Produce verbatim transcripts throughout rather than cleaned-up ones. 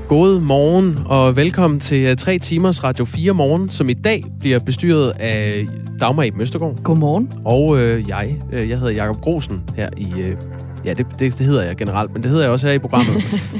God morgen og velkommen til tre timers Radio fire Morgen, som i dag bliver bestyret af Dagmar Eben Østergaard. Godmorgen. Og øh, jeg, øh, jeg hedder Jakob Grosen her i... Øh, ja, det, det, det hedder jeg generelt, men det hedder jeg også her i programmet.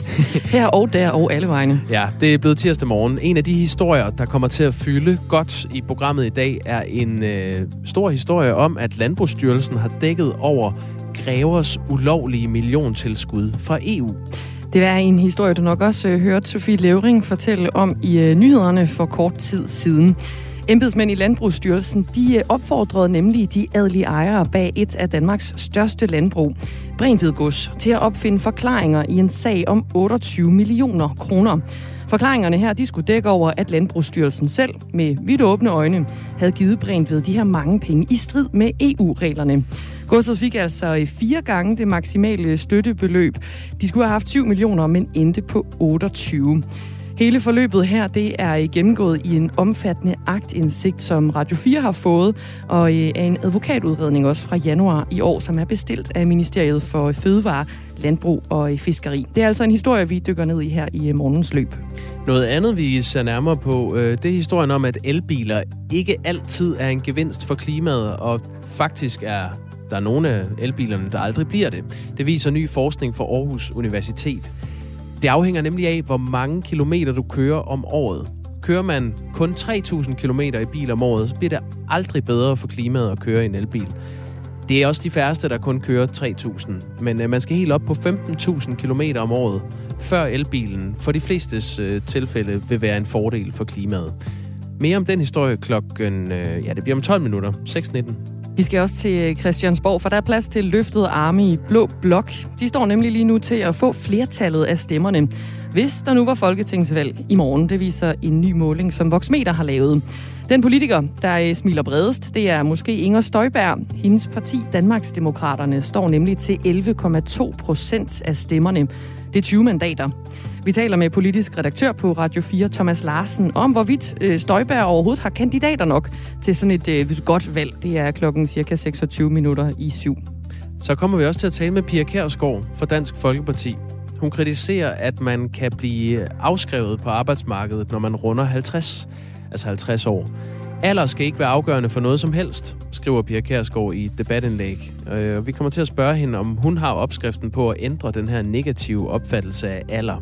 Her og der og alle vegne. Ja, det er blevet tirsdag morgen. En af de historier, der kommer til at fylde godt i programmet i dag, er en øh, stor historie om, at Landbrugsstyrelsen har dækket over Grevers ulovlige milliontilskud fra E U. Det er en historie, du nok også øh, hørte Sofie Levering fortælle om i øh, nyhederne for kort tid siden. Embedsmænd i Landbrugsstyrelsen, de øh, opfordrede nemlig de adelige ejere bag et af Danmarks største landbrug, Bregentved Gods, til at opfinde forklaringer i en sag om otteogtyve millioner kroner. Forklaringerne her, de skulle dække over, at Landbrugsstyrelsen selv med vidt åbne øjne havde givet Bregentved de her mange penge i strid med E U-reglerne. Godset fik altså fire gange det maksimale støttebeløb. De skulle have haft syv millioner, men endte på otteogtyve. Hele forløbet her, det er gennemgået i en omfattende aktindsigt, som Radio fire har fået, og er en advokatudredning også fra januar i år, som er bestilt af Ministeriet for Fødevare, Landbrug og Fiskeri. Det er altså en historie, vi dykker ned i her i morgens løb. Noget andet, vi ser nærmere på, det er historien om, at elbiler ikke altid er en gevinst for klimaet, og faktisk er der er nogle af elbilerne, der aldrig bliver det. Det viser ny forskning fra Aarhus Universitet. Det afhænger nemlig af, hvor mange kilometer du kører om året. Kører man kun tre tusind kilometer i bil om året, så bliver det aldrig bedre for klimaet at køre i en elbil. Det er også de færreste, der kun kører tre tusind. Men øh, man skal helt op på femten tusind kilometer om året, før elbilen for de flestes øh, tilfælde vil være en fordel for klimaet. Mere om den historie klokken, øh, ja, det bliver om tolv minutter, seks nitten. Vi skal også til Christiansborg, for der er plads til løftede arme i Blå Blok. De står nemlig lige nu til at få flertallet af stemmerne, hvis der nu var folketingsvalg i morgen. Det viser en ny måling, som Voxmeter har lavet. Den politiker, der smiler bredest, det er måske Inger Støjberg. Hendes parti, Danmarksdemokraterne, står nemlig til elleve komma to procent af stemmerne. Det er tyve mandater. Vi taler med politisk redaktør på Radio fire, Thomas Larsen, om hvorvidt Støjberg overhovedet har kandidater nok til sådan et øh, godt valg. Det er klokken cirka seksogtyve minutter i syv. Så kommer vi også til at tale med Pia Kjærsgaard fra Dansk Folkeparti. Hun kritiserer, at man kan blive afskrevet på arbejdsmarkedet, når man runder halvtreds, altså halvtreds år. Alder skal ikke være afgørende for noget som helst, skriver Pia Kjærsgaard i et debatindlæg. Vi kommer til at spørge hende, om hun har opskriften på at ændre den her negative opfattelse af alder.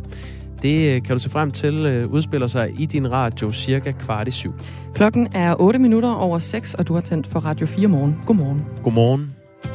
Det kan du se frem til udspiller sig i din radio cirka kvart i syv. Klokken er otte minutter over seks, og du har tændt for Radio fire Morgen. Godmorgen. Godmorgen.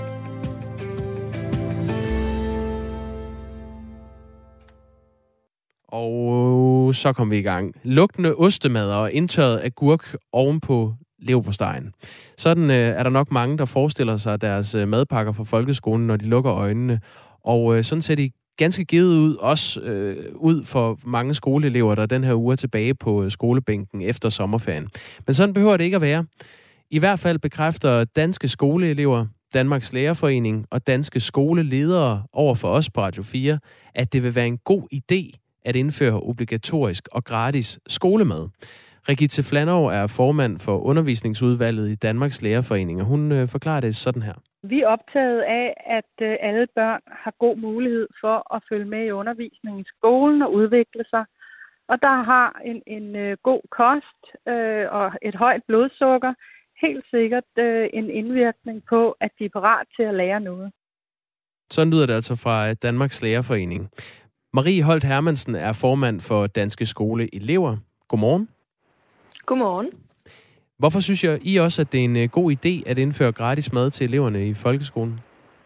Og så kom vi i gang. Lugtende ostemad og indtørret agurk ovenpå leverpostejen. Sådan øh, er der nok mange, der forestiller sig deres øh, madpakker fra folkeskolen, når de lukker øjnene. Og øh, sådan ser de ganske givet ud, også øh, ud for mange skoleelever, der den her uge er tilbage på skolebænken efter sommerferien. Men sådan behøver det ikke at være. I hvert fald bekræfter danske skoleelever, Danmarks Lærerforening og danske skoleledere over for os på Radio fire, at det vil være en god idé at indføre obligatorisk og gratis skolemad. Regitze Flanov er formand for undervisningsudvalget i Danmarks Lærerforening, og hun øh, forklarer det sådan her. Vi er optaget af, at øh, alle børn har god mulighed for at følge med i undervisningen i skolen og udvikle sig. Og der har en, en øh, god kost øh, og et højt blodsukker helt sikkert øh, en indvirkning på, at de er parat til at lære noget. Sådan lyder det altså fra Danmarks Lærerforening. Marie Holt Hermansen er formand for Danske Skoleelever. Godmorgen. Godmorgen. Hvorfor synes jeg I også, at det er en god idé at indføre gratis mad til eleverne i folkeskolen?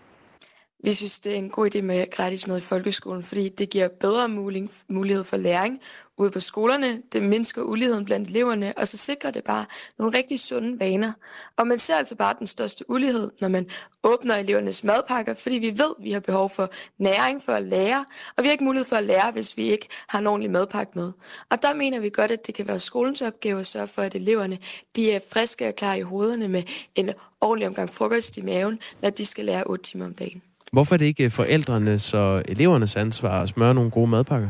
Vi synes, det er en god idé med gratis mad i folkeskolen, fordi det giver bedre mulighed for læring ude på skolerne. Det mindsker uligheden blandt eleverne, og så sikrer det bare nogle rigtig sunde vaner. Og man ser altså bare den største ulighed, når man åbner elevernes madpakker, fordi vi ved, at vi har behov for næring for at lære, og vi har ikke mulighed for at lære, hvis vi ikke har en ordentlig madpakke med. Og der mener vi godt, at det kan være skolens opgave at sørge for, at eleverne de er friske og klar i hovederne med en ordentlig omgang frokost i maven, når de skal lære otte timer om dagen. Hvorfor er det ikke forældrenes og elevernes ansvar at smøre nogle gode madpakker?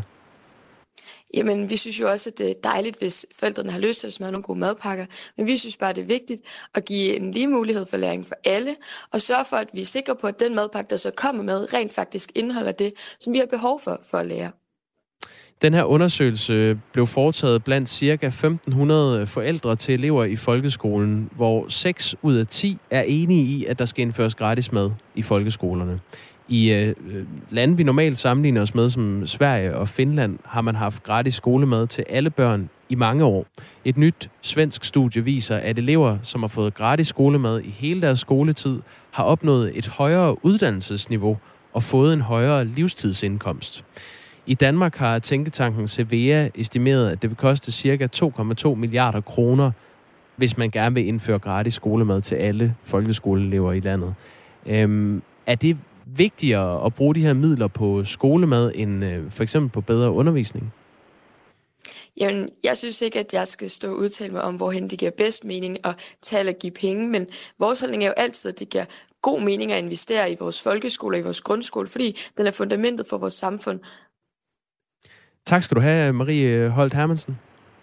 Jamen, vi synes jo også, at det er dejligt, hvis forældrene har lyst til at smøre nogle gode madpakker. Men vi synes bare, det er vigtigt at give en lige mulighed for læring for alle, og sørge for, at vi er sikre på, at den madpakke, der så kommer med, rent faktisk indeholder det, som vi har behov for, for at lære. Den her undersøgelse blev foretaget blandt ca. femten hundrede forældre til elever i folkeskolen, hvor seks ud af ti er enige i, at der skal indføres gratis mad i folkeskolerne. I øh, lande, vi normalt sammenligner os med, som Sverige og Finland, har man haft gratis skolemad til alle børn i mange år. Et nyt svensk studie viser, at elever, som har fået gratis skolemad i hele deres skoletid, har opnået et højere uddannelsesniveau og fået en højere livstidsindkomst. I Danmark har tænketanken Cevea estimeret, at det vil koste ca. to komma to milliarder kroner, hvis man gerne vil indføre gratis skolemad til alle folkeskoleelever i landet. Øhm, er det vigtigere at bruge de her midler på skolemad, end øh, for eksempel på bedre undervisning? Jamen, jeg synes ikke, at jeg skal stå og udtale mig om, hvorhen det giver bedst mening at tage eller give penge, men vores holdning er jo altid, at det giver god mening at investere i vores folkeskole og i vores grundskole, fordi den er fundamentet for vores samfund. Tak skal du have, Marie Holt Hermansen,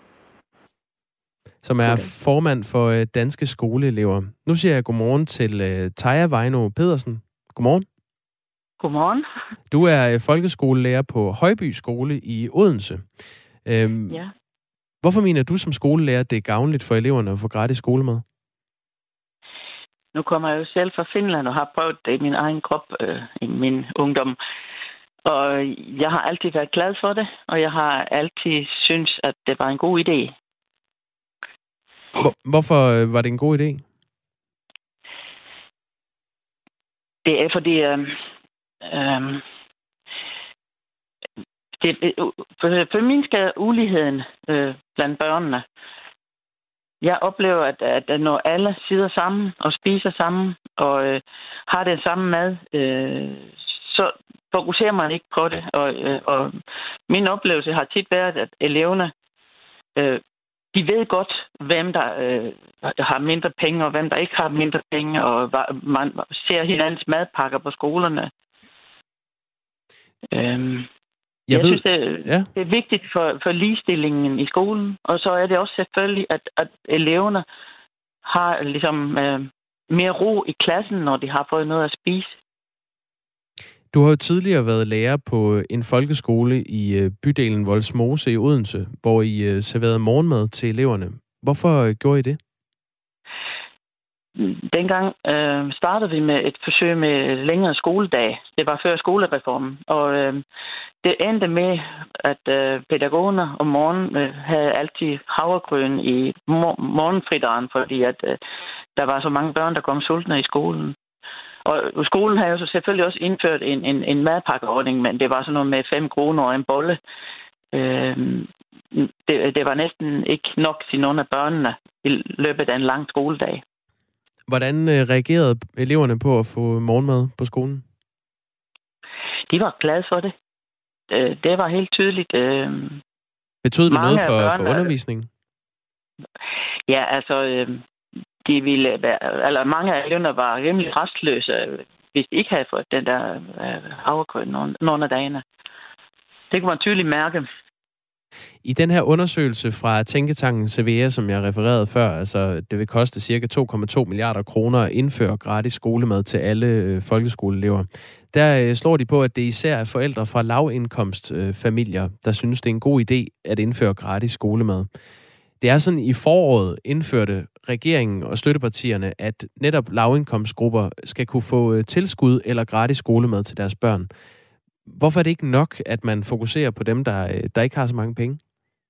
som er okay. formand for Danske Skoleelever. Nu siger jeg godmorgen til uh, Taja Vejno Pedersen. Godmorgen. Godmorgen. Du er folkeskolelærer på Højby Skole i Odense. Øhm, ja. Hvorfor mener du som skolelærer, det er gavnligt for eleverne at få gratis skolemad? Nu kommer jeg jo selv fra Finland og har prøvet det i min egen krop øh, i min ungdom. Og jeg har altid været glad for det, og jeg har altid syntes, at det var en god idé. Hvor, hvorfor var det en god idé? Det er fordi... Øh, øh, det, for, for min skal uligheden øh, blandt børnene. Jeg oplever, at, at når alle sidder sammen og spiser sammen og øh, har den samme mad, øh, så fokuserer man ikke på det. Og, øh, og min oplevelse har tit været, at eleverne, øh, de ved godt, hvem der øh, har mindre penge, og hvem der ikke har mindre penge, og man ser hinandens madpakker på skolerne. Øh, Jeg, jeg ved, synes, det, ja. det er vigtigt for, for ligestillingen i skolen, og så er det også selvfølgelig, at, at eleverne har ligesom øh, mere ro i klassen, når de har fået noget at spise. Du har jo tidligere været lærer på en folkeskole i øh, bydelen Vollsmose i Odense, hvor I øh, serverede morgenmad til eleverne. Hvorfor øh, gjorde I det? Dengang øh, startede vi med et forsøg med længere skoledag. Det var før skolereformen. Og øh, det endte med, at øh, pædagogerne om morgenen øh, havde altid havregryn i mor- morgenfrideren, fordi at, øh, der var så mange børn, der kom sultne i skolen. Og skolen havde jo så selvfølgelig også indført en, en, en madpakkeordning, men det var sådan noget med fem kroner og en bolle. Øh, det, det var næsten ikke nok til nogle af børnene i løbet af en lang skoledag. Hvordan reagerede eleverne på at få morgenmad på skolen? De var glade for det. Det var helt tydeligt. Betød det noget for, børn, for undervisningen? Ja, altså, de ville, eller mange af eleverne var rimelig rastløse, hvis de ikke havde fået den der havregryn nogle af dagene. Det kunne man tydeligt mærke. I den her undersøgelse fra tænketanken Cevea, som jeg refererede før, altså det vil koste cirka to komma to milliarder kroner at indføre gratis skolemad til alle øh, folkeskoleelever. Der øh, slår de på, at det især er forældre fra lavindkomstfamilier, øh, der synes, det er en god idé at indføre gratis skolemad. Det er sådan, i foråret indførte regeringen og støttepartierne, at netop lavindkomstgrupper skal kunne få øh, tilskud eller gratis skolemad til deres børn. Hvorfor er det ikke nok, at man fokuserer på dem, der, der ikke har så mange penge?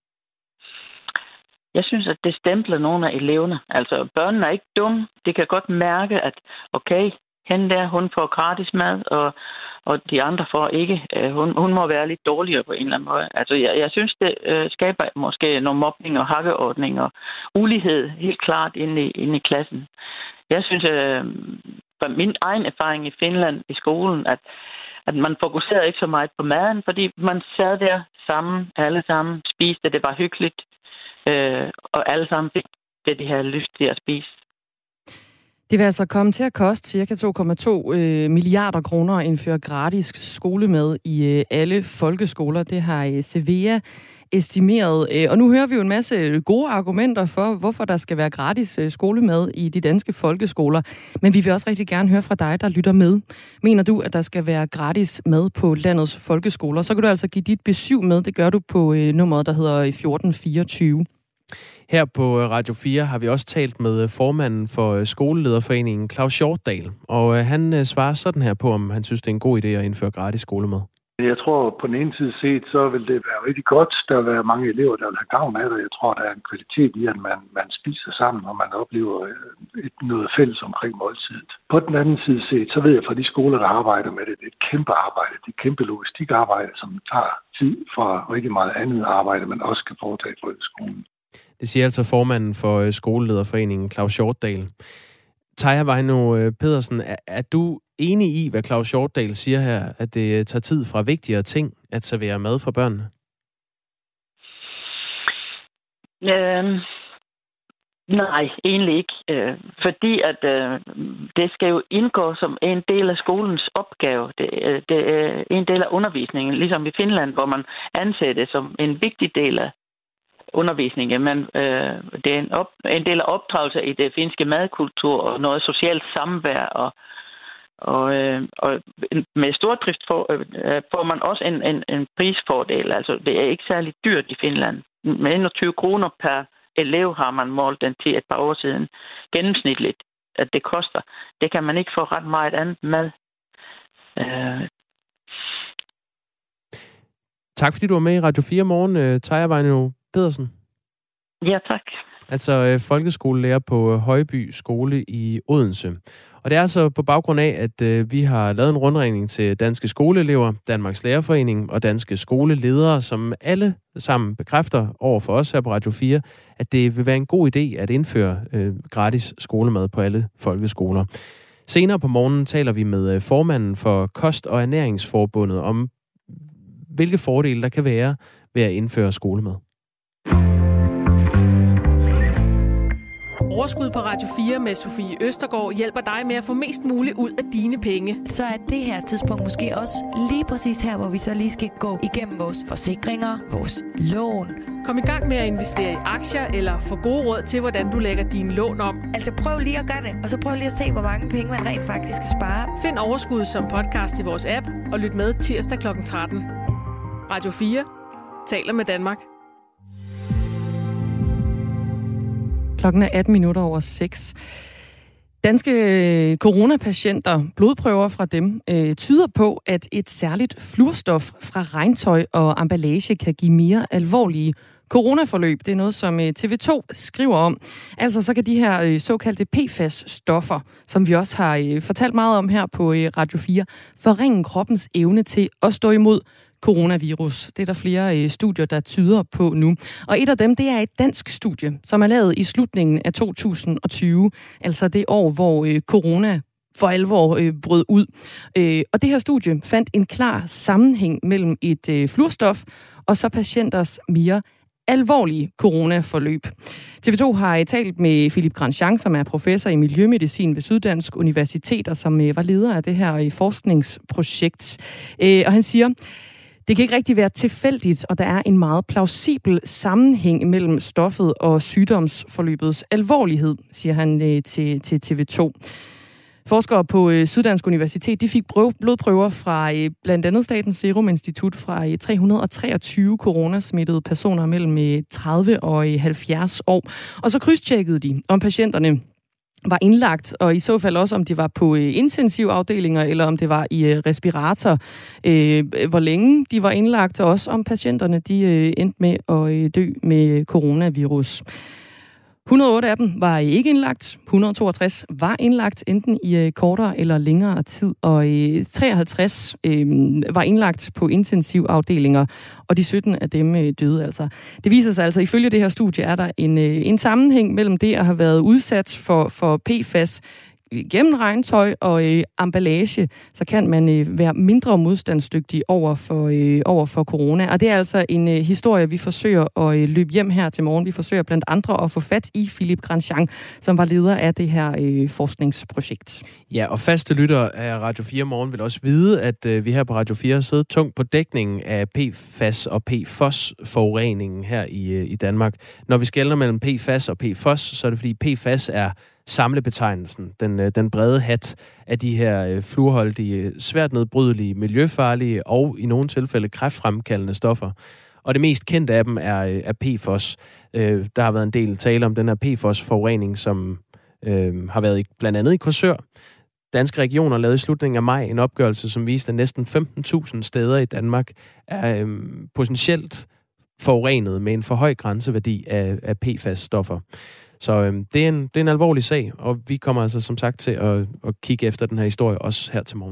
Jeg synes, at det stempler nogle af eleverne. Altså, børnene er ikke dumme. De kan godt mærke, at okay, hende der, hun får gratis mad, og, og de andre får ikke. Hun, hun må være lidt dårligere på en eller anden måde. Altså, jeg, jeg synes, det øh, skaber måske nogle mobning og hakkeordning og ulighed helt klart inde i, inde i klassen. Jeg synes, øh, fra min egen erfaring i Finland i skolen, at at man fokuserede ikke så meget på maden, fordi man sad der sammen, alle sammen spiste, det var hyggeligt, øh, og alle sammen fik det, de havde lyst til at spise. Det vil altså komme til at koste ca. to komma to øh, milliarder kroner at indføre gratis skolemad i øh, alle folkeskoler. Det har øh, Cevea estimeret. Og nu hører vi jo en masse gode argumenter for, hvorfor der skal være gratis skolemad i de danske folkeskoler. Men vi vil også rigtig gerne høre fra dig, der lytter med. Mener du, at der skal være gratis mad på landets folkeskoler, så kan du altså give dit besøg med. Det gør du på nummeret, der hedder fjorten fireogtyve. Her på Radio fire har vi også talt med formanden for Skolelederforeningen, Claus Hjortdal. Og han svarer sådan her på, om han synes, det er en god idé at indføre gratis skolemad. Jeg tror, på den ene side set, så vil det være rigtig godt. Der vil være mange elever, der vil have gavn af det. Jeg tror, der er en kvalitet i, at man, man spiser sammen, og man oplever et, noget fælles omkring måltidet. På den anden side set, så ved jeg fra de skoler, der arbejder med det, det er et kæmpe arbejde. Det er et kæmpe logistikarbejde, som tager tid fra rigtig meget andet arbejde, man også kan foretage i folkeskolen. Det siger altså formanden for Skolelederforeningen, Claus Hjortdal. Taja Vejno Pedersen, er, er du enig i, hvad Claus Hjortdal siger her, at det tager tid fra vigtigere ting at servere mad for børnene? Øhm, nej, egentlig ikke. Øh, fordi at øh, det skal jo indgå som en del af skolens opgave. Det, øh, det er en del af undervisningen, ligesom i Finland, hvor man anser det som en vigtig del af undervisningen, men øh, det er en, op, en del af opdragelse i det finske madkultur og noget socialt samvær, og, og, øh, og med stordrift får, øh, får man også en, en, en prisfordel. Altså, det er ikke særlig dyrt i Finland. Med enogtyve kroner per elev har man målt den til et par år siden. Gennemsnitligt, at det koster. Det kan man ikke få ret meget andet mad. Øh. Tak fordi du var med i Radio fire morgen, Taja Vejno Pedersen. Ja, tak. Altså øh, folkeskolelærer på Højby Skole i Odense. Og det er altså på baggrund af, at øh, vi har lavet en rundringning til Danske Skoleelever, Danmarks Lærerforening og Danske Skoleledere, som alle sammen bekræfter over for os her på Radio fire, at det vil være en god idé at indføre øh, gratis skolemad på alle folkeskoler. Senere på morgenen taler vi med øh, formanden for Kost- og Ernæringsforbundet om, hvilke fordele der kan være ved at indføre skolemad. Overskud på Radio fire med Sofie Østergaard hjælper dig med at få mest muligt ud af dine penge. Så er det her tidspunkt måske også lige præcis her, hvor vi så lige skal gå igennem vores forsikringer, vores lån. Kom i gang med at investere i aktier eller få gode råd til, hvordan du lægger dine lån om. Altså prøv lige at gøre det, og så prøv lige at se, hvor mange penge man rent faktisk skal spare. Find Overskud som podcast i vores app og lyt med tirsdag klokken tretten. Radio fire taler med Danmark. Klokken er atten minutter over seks. Danske coronapatienter, blodprøver fra dem, øh, tyder på, at et særligt fluorstof fra regntøj og emballage kan give mere alvorlige coronaforløb. Det er noget, som T V to skriver om. Altså så kan de her øh, såkaldte P F A S-stoffer, som vi også har øh, fortalt meget om her på øh, Radio fire, forringe kroppens evne til at stå imod coronavirus. Det er der flere øh, studier, der tyder på nu. Og et af dem, det er et dansk studie, som er lavet i slutningen af to tusind og tyve, altså det år, hvor øh, corona for alvor øh, brød ud. Øh, og det her studie fandt en klar sammenhæng mellem et øh, fluorstof og så patienters mere alvorlige coronaforløb. T V to har talt med Philip Grandjean, som er professor i miljømedicin ved Syddansk Universitet, og som øh, var leder af det her øh, forskningsprojekt. Øh, og han siger, det kan ikke rigtig være tilfældigt, og der er en meget plausibel sammenhæng mellem stoffet og sygdomsforløbets alvorlighed, siger han øh, til, til T V to. Forskere på øh, Syddansk Universitet, de fik blodprøver fra øh, blandt andet Statens Serum Institut fra øh, tre hundrede og treogtyve coronasmittede personer mellem øh, tredive og øh, halvfjerds år. Og så krydstjekkede de, om patienterne var indlagt, og i så fald også, om de var på øh, intensivafdelinger, eller om det var i øh, respirator, øh, hvor længe de var indlagt, og også om patienterne de øh, endte med at øh, dø med coronavirus. et hundrede og otte af dem var ikke indlagt, et hundrede og toogtres var indlagt, enten i øh, kortere eller længere tid, og øh, treoghalvtreds øh, var indlagt på intensivafdelinger, og de sytten af dem øh, døde altså. Det viser sig altså, ifølge det her studie, er der en, øh, en sammenhæng mellem det at have været udsat for, for P F A S, gennem regntøj og øh, emballage, så kan man øh, være mindre modstandsdygtig over for, øh, over for corona. Og det er altså en øh, historie, vi forsøger at øh, løbe hjem her til morgen. Vi forsøger blandt andre at få fat i Philippe Grandjean, som var leder af det her øh, forskningsprojekt. Ja, og faste lyttere af Radio fire Morgen vil også vide, at øh, vi her på Radio fire har siddet tungt på dækningen af P F A S og P F O S-forureningen her i, øh, i Danmark. Når vi skelner mellem P F A S og P F O S, så er det fordi P F A S er samlebetegnelsen, den, øh, den brede hat af de her øh, fluorholdige, svært nedbrydelige, miljøfarlige og i nogle tilfælde kræftfremkaldende stoffer. Og det mest kendte af dem er, øh, er P F O S. Øh, der har været en del tale om den her P F O S-forurening, som øh, har været i, blandt andet i Korsør. Danske regioner lavede i slutningen af maj en opgørelse, som viste, at næsten femten tusind steder i Danmark er øh, potentielt forurenet med en for høj grænseværdi af, af P F A S-stoffer. Så øh, det, er en, det er en alvorlig sag, og vi kommer altså som sagt til at, at kigge efter den her historie også her til morgen.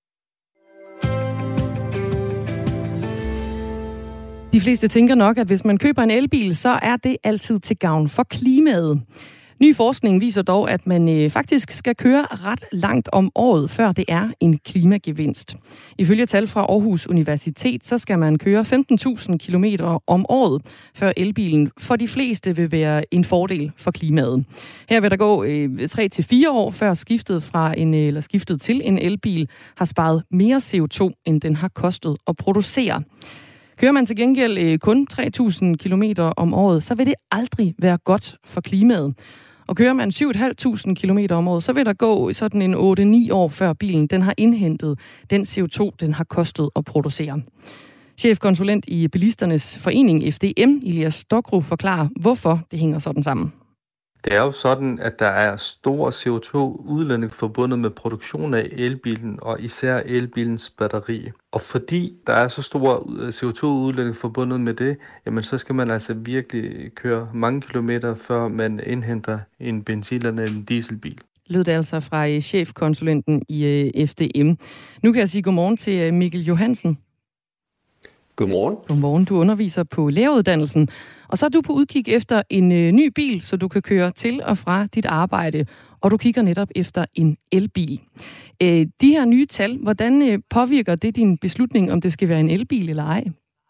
De fleste tænker nok, at hvis man køber en elbil, så er det altid til gavn for klimaet. Ny forskning viser dog, at man øh, faktisk skal køre ret langt om året, før det er en klimagevinst. Ifølge tal fra Aarhus Universitet, så skal man køre femten tusind kilometer om året, før elbilen for de fleste vil være en fordel for klimaet. Her vil der gå øh, tre til fire år, før skiftet, fra en, eller skiftet til en elbil har sparet mere C O to, end den har kostet at producere. Kører man til gengæld øh, kun tre tusind kilometer om året, så vil det aldrig være godt for klimaet. Og kører man syv tusind fem hundrede kilometer om året, så vil der gå sådan en otte ni år, før bilen den har indhentet den C O to, den har kostet at producere. Chefkonsulent i Bilisternes Forening F D M, Elias Stokro, forklarer, hvorfor det hænger sådan sammen. Det er jo sådan, at der er stor C O to udledning forbundet med produktion af elbilen, og især elbilens batteri. Og fordi der er så stor C O to udledning forbundet med det, jamen så skal man altså virkelig køre mange kilometer, før man indhenter en benzin- eller en dieselbil. Lød det altså fra chefkonsulenten i F D M. Nu kan jeg sige godmorgen til Mikkel Johansen. Godmorgen. Godmorgen. Du underviser på læreruddannelsen, og så er du på udkig efter en øh, ny bil, så du kan køre til og fra dit arbejde, og du kigger netop efter en elbil. Øh, de her nye tal, hvordan øh, påvirker det din beslutning, om det skal være en elbil eller ej?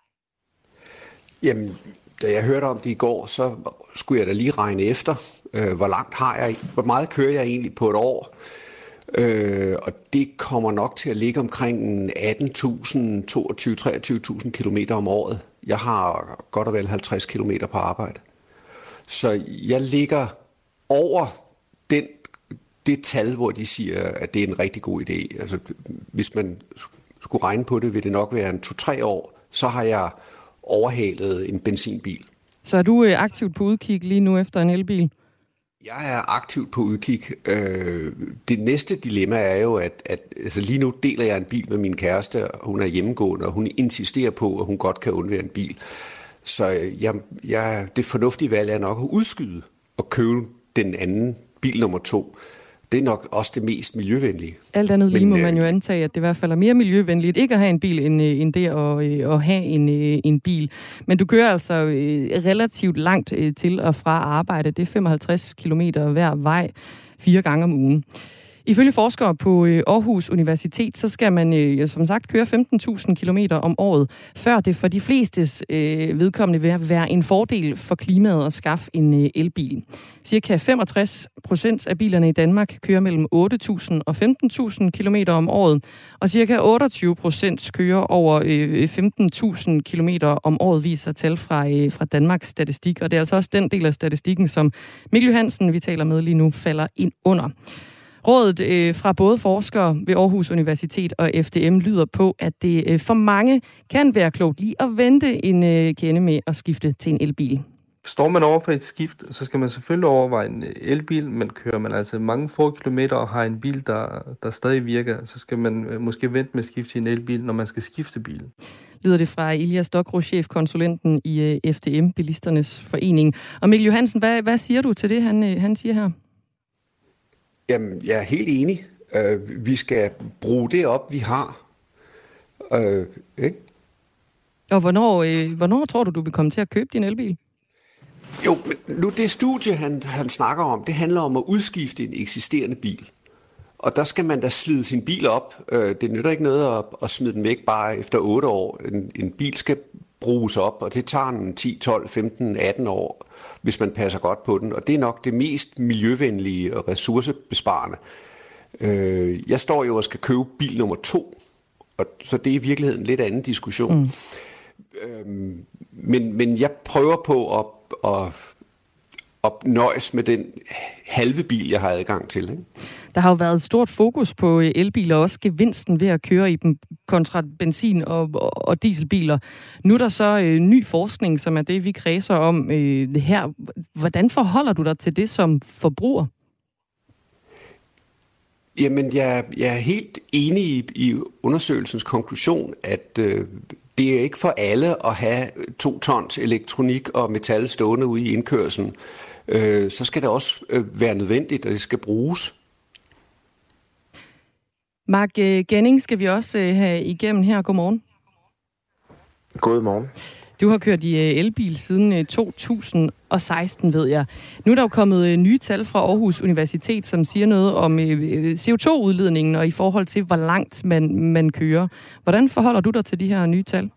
Jamen, da jeg hørte om det i går, så skulle jeg da lige regne efter, øh, hvor langt har jeg, hvor meget kører jeg egentlig på et år? Øh, og det kommer nok til at ligge omkring atten tusind, toogtyve til treogtyve tusind kilometer om året. Jeg har godt og vel halvtreds kilometer på arbejde. Så jeg ligger over den, det tal, hvor de siger, at det er en rigtig god idé. Altså, hvis man skulle regne på det, vil det nok være en to-tre år, så har jeg overhalet en benzinbil. Så er du aktivt på udkig lige nu efter en elbil? Jeg er aktivt på udkig. Det næste dilemma er jo, at, at altså lige nu deler jeg en bil med min kæreste, og hun er hjemmegående, og hun insisterer på, at hun godt kan undvære en bil. Så jeg, jeg, det fornuftige valg er nok at udskyde og købe den anden bil nummer to. Det er nok også det mest miljøvenlige. Alt andet lige må man jo antage, at det i hvert fald er mere miljøvenligt ikke at have en bil, end, end det at, at have en, en bil. Men du kører altså relativt langt til og fra arbejde. Det er femoghalvtreds kilometer hver vej, fire gange om ugen. Ifølge forskere på Aarhus Universitet, så skal man som sagt køre femten tusind kilometer om året, før det for de flestes øh, vedkommende vil være en fordel for klimaet at skaffe en øh, elbil. Cirka femogtres procent af bilerne i Danmark kører mellem otte tusind og femten tusind kilometer om året, og cirka otteogtyve procent kører over øh, femten tusind kilometer om året, viser tal fra, øh, fra Danmarks Statistik. Og det er altså også den del af statistikken, som Mikkel Johansen, vi taler med lige nu, falder ind under. Rådet øh, fra både forskere ved Aarhus Universitet og F D M lyder på, at det øh, for mange kan være klogt lige at vente en øh, kende med at skifte til en elbil. Står man over for et skift, så skal man selvfølgelig overveje en elbil, men kører man altså mange få kilometer og har en bil, der, der stadig virker, så skal man måske vente med at skifte til en elbil, når man skal skifte bilen. Lyder det fra Elias Stokro, chefkonsulenten i F D M, Bilisternes Forening. Og Mikkel Johansen, hvad, hvad siger du til det, han, han siger her? Jamen, jeg er helt enig. Uh, vi skal bruge det op, vi har. Uh, ikke? Og hvornår, øh, hvornår tror du, du vil komme til at købe din elbil? Jo, men nu det studie, han, han snakker om, det handler om at udskifte en eksisterende bil. og der skal man da slide sin bil op. Det nytter ikke noget at, at smide den væk bare efter otte år. En, en bil skal bruges op, og det tager en ti, tolv, femten, atten år, hvis man passer godt på den. Og det er nok det mest miljøvenlige og ressourcebesparende. Jeg står jo og skal købe bil nummer to, og så det er i virkeligheden en lidt anden diskussion. Mm. Men, men jeg prøver på at, at, at nøjes med den halve bil, jeg har adgang til. Ikke? Der har jo været et stort fokus på elbiler, og også gevinsten ved at køre i dem kontra benzin- og, og, og dieselbiler. Nu er der så øh, ny forskning, som er det, vi kredser om øh, her. Hvordan forholder du dig til det som forbruger? Jamen, jeg, jeg er helt enig i, i undersøgelsens konklusion, at øh, det er ikke for alle at have to tons elektronik og metal stående ude i indkørslen. Øh, så skal det også øh, være nødvendigt, og det skal bruges. Mark Genning skal vi også have igennem her. Godmorgen. Godmorgen. Du har kørt i elbil siden to tusind og seksten, ved jeg. Nu er der jo kommet nye tal fra Aarhus Universitet, som siger noget om C O to udledningen og i forhold til, hvor langt man, man kører. Hvordan forholder du dig til de her nye tal?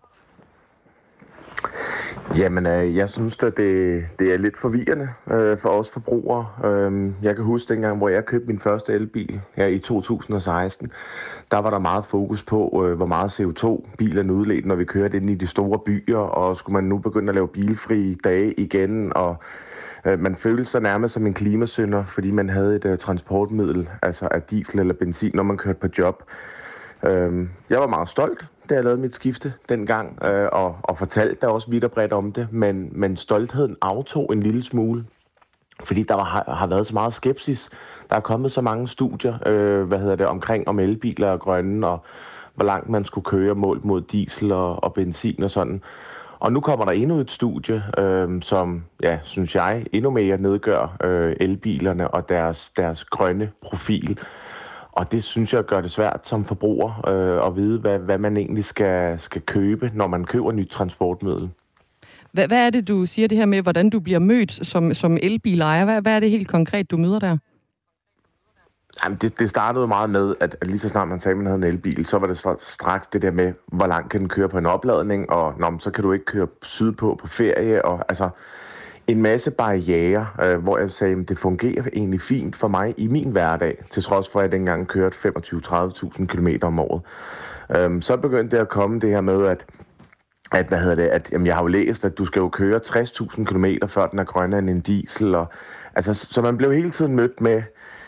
Jamen, øh, jeg synes, at det, det er lidt forvirrende øh, for os forbrugere. Øh, jeg kan huske dengang, hvor jeg købte min første elbil her i to tusind og seksten. Der var der meget fokus på, øh, hvor meget C O to bilerne udledte, når vi kørte ind i de store byer. Og skulle man nu begynde at lave bilfri dage igen, og øh, man følte sig nærmest som en klimasynder, fordi man havde et øh, transportmiddel, altså af diesel eller benzin, når man kørte på job. Øh, jeg var meget stolt, da jeg lavede mit skifte dengang, øh, og, og fortalte der også vidt og bredt om det, men, men stoltheden aftog en lille smule, fordi der har, har været så meget skepsis. Der er kommet så mange studier, øh, hvad hedder det, omkring om elbiler og grønne, og hvor langt man skulle køre målt mod diesel og, og benzin og sådan. Og nu kommer der endnu et studie, øh, som, ja, synes jeg, endnu mere nedgør øh, elbilerne og deres, deres grønne profil. Og det synes jeg gør det svært som forbruger øh, at vide, hvad, hvad man egentlig skal, skal købe, når man køber nyt transportmiddel. Hvad, hvad er det, du siger det her med, hvordan du bliver mødt som, som elbilejer? Hvad, hvad er det helt konkret, du møder der? Jamen, det, det startede meget med, at, at lige så snart man sagde, at man havde en elbil, så var det straks det der med, hvor langt kan den køre på en opladning, og nå, så kan du ikke køre sydpå på ferie, og altså en masse barrierer, øh, hvor jeg sagde, at det fungerer egentlig fint for mig i min hverdag, til trods for, at jeg dengang kørte femogtyve til tredive tusind kilometer om året. Øhm, så begyndte det at komme det her med, at, at, hvad hedder det, at jamen, jeg har jo læst, at du skal jo køre tres tusind kilometer, før den er grønnere end en diesel. Og, altså, så man blev hele tiden mødt med,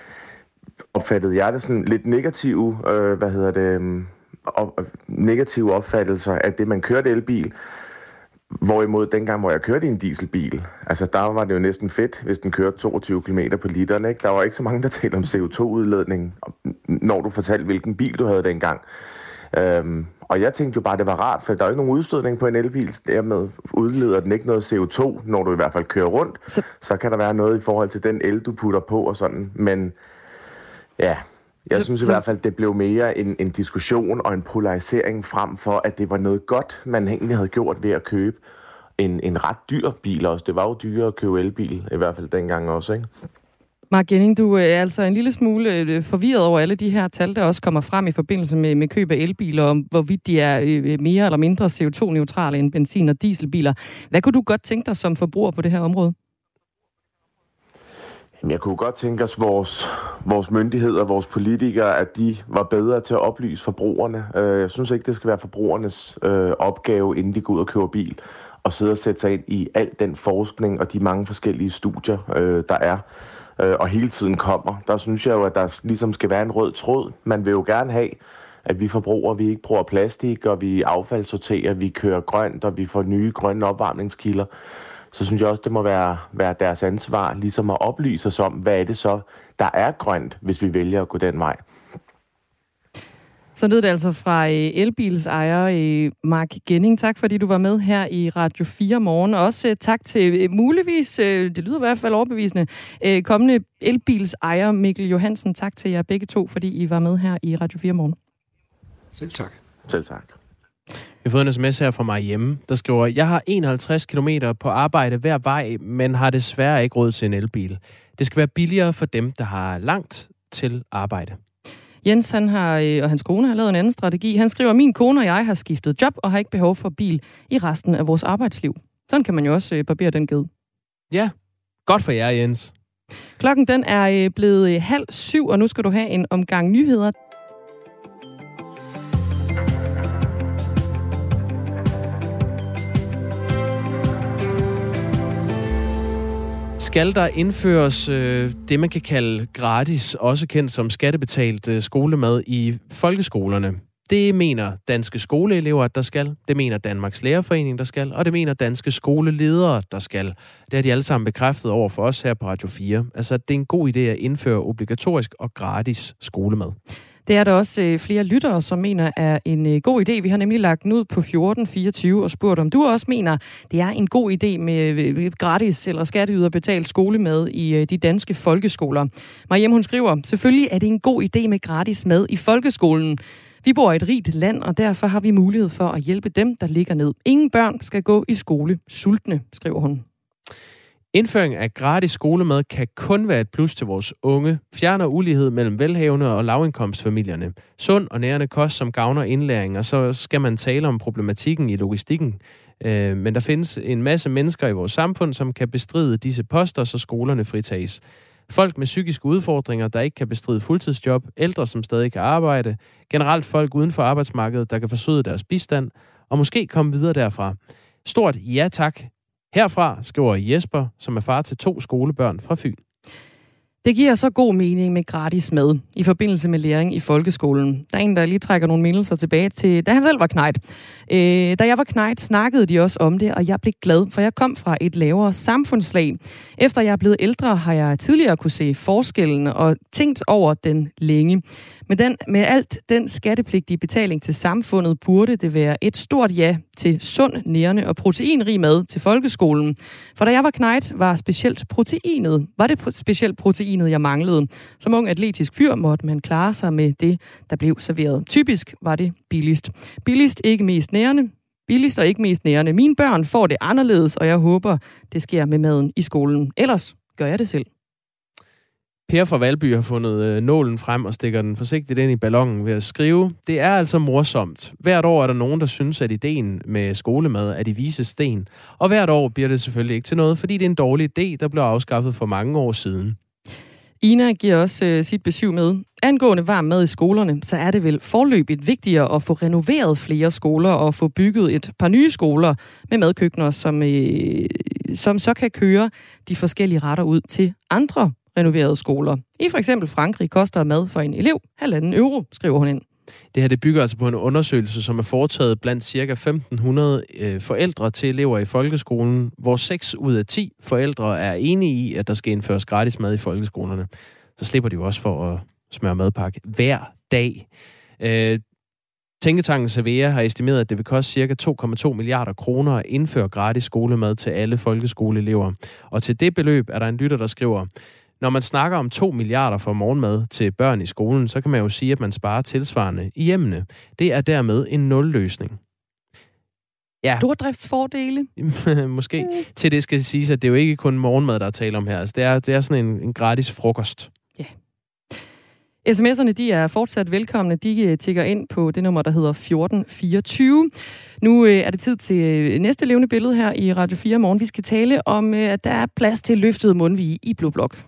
opfattede jeg det sådan lidt negative, øh, hvad hedder det, op, negative opfattelser af det, man kørte elbil. Hvorimod dengang, hvor jeg kørte i en dieselbil, altså der var det jo næsten fedt, hvis den kørte toogtyve kilometer på literen, ikke? Der var ikke så mange, der talte om C O to udledning, når du fortalte, hvilken bil du havde dengang. Øhm, og jeg tænkte jo bare, det var rart, for der er jo ikke nogen udstødning på en elbil, dermed udleder den ikke noget C O to, når du i hvert fald kører rundt. Så, så kan der være noget i forhold til den el, du putter på og sådan, men ja... Jeg så, synes i så... hvert fald, det blev mere en, en diskussion og en polarisering frem for, at det var noget godt, man egentlig havde gjort ved at købe en, en ret dyr bil også. Det var jo dyrere at købe elbil, i hvert fald dengang også, ikke? Mark Genning, du er altså en lille smule forvirret over alle de her tal, der også kommer frem i forbindelse med, med køb af elbiler, og hvorvidt de er mere eller mindre C O to neutrale end benzin- og dieselbiler. Hvad kunne du godt tænke dig som forbruger på det her område? Jeg kunne godt tænke os, vores, vores myndigheder, vores politikere, at de var bedre til at oplyse forbrugerne. Jeg synes ikke, det skal være forbrugernes øh, opgave, inden de går ud og køber bil, og sidde og sætte sig ind i al den forskning og de mange forskellige studier, øh, der er, øh, og hele tiden kommer. Der synes jeg jo, at der ligesom skal være en rød tråd. Man vil jo gerne have, at vi forbrugere, vi ikke bruger plastik, og vi affaldssorterer, vi kører grønt, og vi får nye grønne opvarmningskilder. Så synes jeg også, det må være, være deres ansvar, ligesom at oplyse os om, hvad er det så, der er grønt, hvis vi vælger at gå den vej. Så lød det altså fra elbilsejer Mark Genning. Tak fordi du var med her i Radio fire Morgen. Og også tak til muligvis, det lyder i hvert fald overbevisende, kommende elbilsejer Mikkel Johansen. Tak til jer begge to, fordi I var med her i Radio fire Morgen. Selv tak. Selv tak. Vi har fået en sms her fra mig hjemme, der skriver, jeg har enoghalvtreds kilometer på arbejde hver vej, men har desværre ikke råd til en elbil. Det skal være billigere for dem, der har langt til arbejde. Jens han har, og hans kone har lavet en anden strategi. Han skriver, min kone og jeg har skiftet job og har ikke behov for bil i resten af vores arbejdsliv. Sådan kan man jo også barbere den ged. Ja, godt for jer, Jens. Klokken den er blevet halv syv, og nu skal du have en omgang nyheder. Skal der indføres øh, det, man kan kalde gratis, også kendt som skattebetalt øh, skolemad i folkeskolerne? Det mener danske skoleelever, der skal. Det mener Danmarks Lærerforening, der skal. Og det mener danske skoleledere, der skal. Det har de alle sammen bekræftet over for os her på Radio fire. Altså, det er en god idé at indføre obligatorisk og gratis skolemad. Det er der også øh, flere lyttere, som mener er en øh, god idé. Vi har nemlig lagt den ud på fjorten fireogtyve og spurgt, om du også mener, det er en god idé med øh, gratis eller skatteyderbetalt skolemad i øh, de danske folkeskoler. Mariem, hun skriver, selvfølgelig er det en god idé med gratis mad i folkeskolen. Vi bor i et rigt land, og derfor har vi mulighed for at hjælpe dem, der ligger ned. Ingen børn skal gå i skole sultne, skriver hun. Indføring af gratis skolemad kan kun være et plus til vores unge, fjerner ulighed mellem velhavende og lavindkomstfamilierne. Sund og nærende kost, som gavner indlæring, og så skal man tale om problematikken i logistikken. Øh, men der findes en masse mennesker i vores samfund, som kan bestride disse poster, så skolerne fritages. Folk med psykiske udfordringer, der ikke kan bestride fuldtidsjob, ældre, som stadig kan arbejde, generelt folk uden for arbejdsmarkedet, der kan forsøge deres bistand, og måske komme videre derfra. Stort ja tak. Herfra, skriver Jesper, som er far til to skolebørn fra Fyn. Det giver så god mening med gratis mad i forbindelse med læring i folkeskolen. Der er en, der lige trækker nogle mindelser tilbage til, da han selv var knejt. Øh, da jeg var knejt, snakkede de også om det, og jeg blev glad, for jeg kom fra et lavere samfundslag. Efter jeg er blevet ældre, har jeg tidligere kunne se forskellen og tænkt over den længe. Men den, med alt den skattepligtige betaling til samfundet, burde det være et stort ja til sund, nærende og proteinrig mad til folkeskolen. For da jeg var knejt, var specielt proteinet, var det specielt proteinet, jeg manglede. Som ung atletisk fyr måtte man klare sig med det, der blev serveret. Typisk var det billigst. Billigst, ikke mest nærende. Billigst og ikke mest nærende. Mine børn får det anderledes, og jeg håber, det sker med maden i skolen. Ellers gør jeg det selv. Per fra Valby har fundet øh, nålen frem og stikker den forsigtigt ind i ballonen ved at skrive, det er altså morsomt. Hvert år er der nogen, der synes, at ideen med skolemad er de vise sten. Og hvert år bliver det selvfølgelig ikke til noget, fordi det er en dårlig idé, der blev afskaffet for mange år siden. Ina giver også øh, sit besøg med. Angående varm mad i skolerne, så er det vel forløbigt vigtigere at få renoveret flere skoler og få bygget et par nye skoler med madkøkkener, som, øh, som så kan køre de forskellige retter ud til andre renoverede skoler. I for eksempel Frankrig koster mad for en elev halvanden euro, skriver hun ind. Det her det bygger altså på en undersøgelse, som er foretaget blandt ca. femten hundrede øh, forældre til elever i folkeskolen, hvor seks ud af ti forældre er enige i, at der skal indføres gratis mad i folkeskolerne. Så slipper de jo også for at smøre madpakke hver dag. Øh, Tænketanken Savea har estimeret, at det vil koste ca. to komma to milliarder kroner at indføre gratis skolemad til alle folkeskoleelever. Og til det beløb er der en lytter, der skriver, når man snakker om to milliarder for morgenmad til børn i skolen, så kan man jo sige, at man sparer tilsvarende i hjemmene. Det er dermed en nulløsning. Ja. Stordriftsfordele? Måske. Mm. Til det skal siges, at det er jo ikke kun morgenmad, der er tale om her. Altså, det, er, det er sådan en, en gratis frokost. Ja. sms'erne, de er fortsat velkomne. De tikker ind på det nummer, der hedder fjorten fireogtyve. Nu øh, er det tid til øh, næste levende billede her i Radio fire Morgen. Vi skal tale om, øh, at der er plads til løftede mundvige i Blå Blok.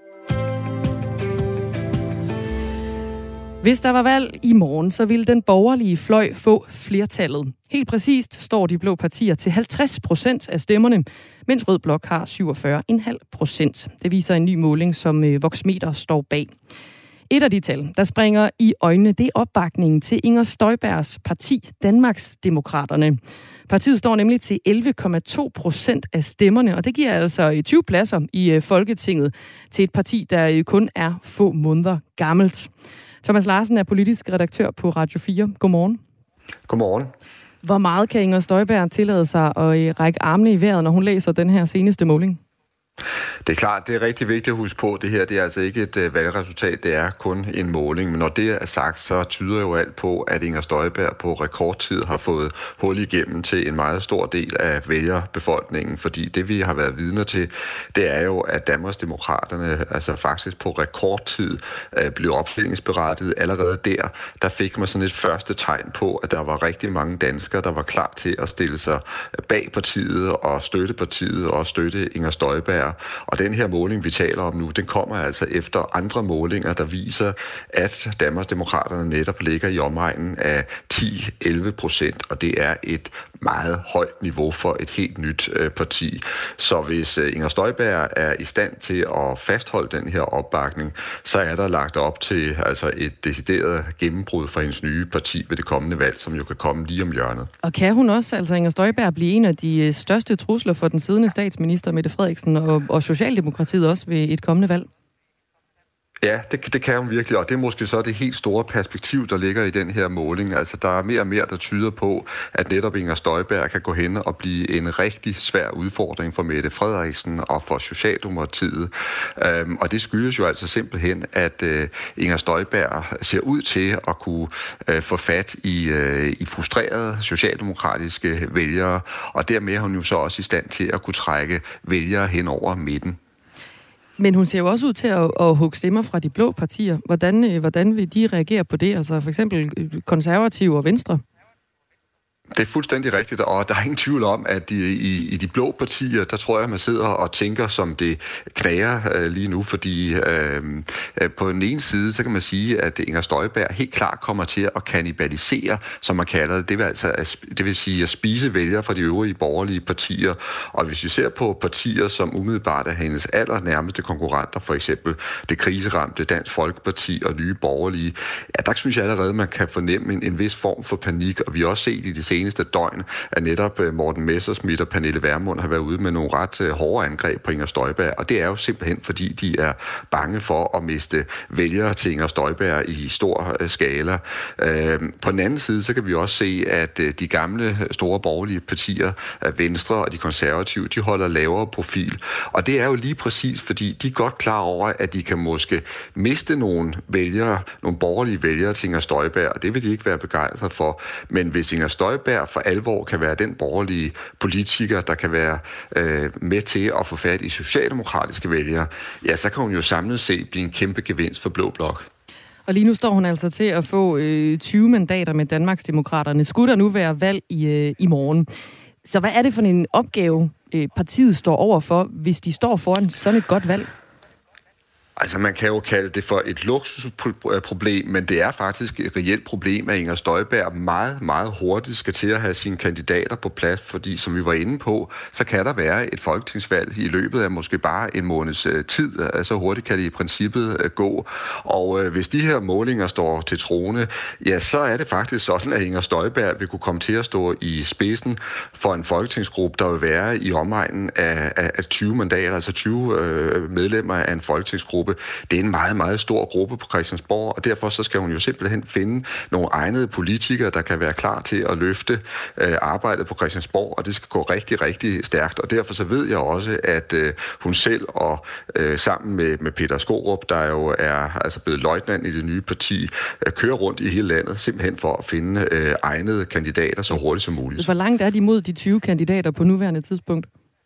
Hvis der var valg i morgen, så ville den borgerlige fløj få flertallet. Helt præcist står de blå partier til halvtreds procent af stemmerne, mens Rød Blok har syvogfyrre komma fem procent. Det viser en ny måling, som øh, Voxmeter står bag. Et af de tal, der springer i øjnene, det er opbakningen til Inger Støjbergs parti, Danmarksdemokraterne. Partiet står nemlig til elleve komma to procent af stemmerne, og det giver altså tyve pladser i Folketinget til et parti, der kun er få måneder gammelt. Thomas Larsen er politisk redaktør på Radio fire. Godmorgen. Godmorgen. Hvor meget kan Inger Støjberg tillade sig at række armene i vejret, når hun læser den her seneste måling? Det er klart, det er rigtig vigtigt at huske på, at det her det er altså ikke et uh, valgresultat, det er kun en måling. Men når det er sagt, så tyder jo alt på, at Inger Støjberg på rekordtid har fået hul igennem til en meget stor del af vælgerbefolkningen. Fordi det, vi har været vidner til, det er jo, at Danmarksdemokraterne altså faktisk på rekordtid uh, blev opstillingsberettiget. Allerede der, der fik man sådan et første tegn på, at der var rigtig mange danskere, der var klar til at stille sig bag partiet og støtte partiet og støtte Inger Støjberg. Og den her måling, vi taler om nu, den kommer altså efter andre målinger, der viser, at Danmarksdemokraterne netop ligger i omegnen af ti til elleve procent, og det er et meget højt niveau for et helt nyt øh, parti. Så hvis øh, Inger Støjberg er i stand til at fastholde den her opbakning, så er der lagt op til altså et decideret gennembrud for hendes nye parti ved det kommende valg, som jo kan komme lige om hjørnet. Og kan hun også, altså Inger Støjberg, blive en af de største trusler for den siddende statsminister Mette Frederiksen og, og Socialdemokratiet også ved et kommende valg? Ja, det, det kan hun virkelig, og det er måske så det helt store perspektiv, der ligger i den her måling. Altså, der er mere og mere, der tyder på, at netop Inger Støjberg kan gå hen og blive en rigtig svær udfordring for Mette Frederiksen og for Socialdemokratiet. Øhm, og det skyldes jo altså simpelthen, at øh, Inger Støjberg ser ud til at kunne øh, få fat i, øh, i frustrerede socialdemokratiske vælgere, og dermed er hun jo så også i stand til at kunne trække vælgere hen over midten. Men hun ser jo også ud til at, at hugge stemmer fra de blå partier. Hvordan, hvordan vil de reagere på det? Altså for eksempel Konservative og Venstre? Det er fuldstændig rigtigt, og der er ingen tvivl om, at i, i, i de blå partier, der tror jeg, man sidder og tænker, som det knager øh, lige nu, fordi øh, på den ene side, så kan man sige, at Inger Støjberg helt klart kommer til at kannibalisere, som man kalder det. Det vil, altså, det vil sige at spise vælgere fra de øvrige borgerlige partier, og hvis vi ser på partier, som umiddelbart er hendes allernærmeste konkurrenter, for eksempel det kriseramte Dansk Folkeparti og Nye Borgerlige, ja, der synes jeg allerede, man kan fornemme en, en vis form for panik, og vi har også set i de seneste seneste døgn, at netop Morten Messerschmidt og Pernille Vermund har været ude med nogle ret hårde angreb på Inger Støjberg, og det er jo simpelthen, fordi de er bange for at miste vælgere til Inger Støjberg i stor skala. På den anden side, så kan vi også se, at de gamle store borgerlige partier, Venstre og de konservative, de holder lavere profil, og det er jo lige præcis, fordi de er godt klar over, at de kan måske miste nogle vælgere, nogle borgerlige vælgere til Inger Støjberg, og det vil de ikke være begejstret for, men hvis Inger Støjberg for alvor kan være den borgerlige politiker, der kan være øh, med til at få fat i socialdemokratiske vælgere, ja, så kan hun jo samlet set blive en kæmpe gevinst for Blå Blok. Og lige nu står hun altså til at få øh, tyve mandater med Danmarksdemokraterne. Skulle der nu være valg i, øh, i morgen? Så hvad er det for en opgave, øh, partiet står overfor, hvis de står foran sådan et godt valg? Altså, man kan jo kalde det for et luksusproblem, men det er faktisk et reelt problem, at Inger Støjberg meget, meget hurtigt skal til at have sine kandidater på plads, fordi som vi var inde på, så kan der være et folketingsvalg i løbet af måske bare en måneds tid. Så hurtigt kan det i princippet gå. Og hvis de her målinger står til trone, ja, så er det faktisk sådan, at Inger Støjberg vil kunne komme til at stå i spidsen for en folketingsgruppe, der vil være i omegnen af, af tyve mandater, altså tyve øh, medlemmer af en folketingsgruppe. Det er en meget, meget stor gruppe på Christiansborg, og derfor så skal hun jo simpelthen finde nogle egnede politikere, der kan være klar til at løfte øh, arbejdet på Christiansborg, og det skal gå rigtig, rigtig stærkt. Og derfor så ved jeg også, at øh, hun selv og øh, sammen med, med Peter Skaarup, der jo er altså blevet løjtnant i det nye parti, øh, kører rundt i hele landet, simpelthen for at finde øh, egnede kandidater så hurtigt som muligt. Hvor langt er de mod de tyve kandidater på nuværende tidspunkt?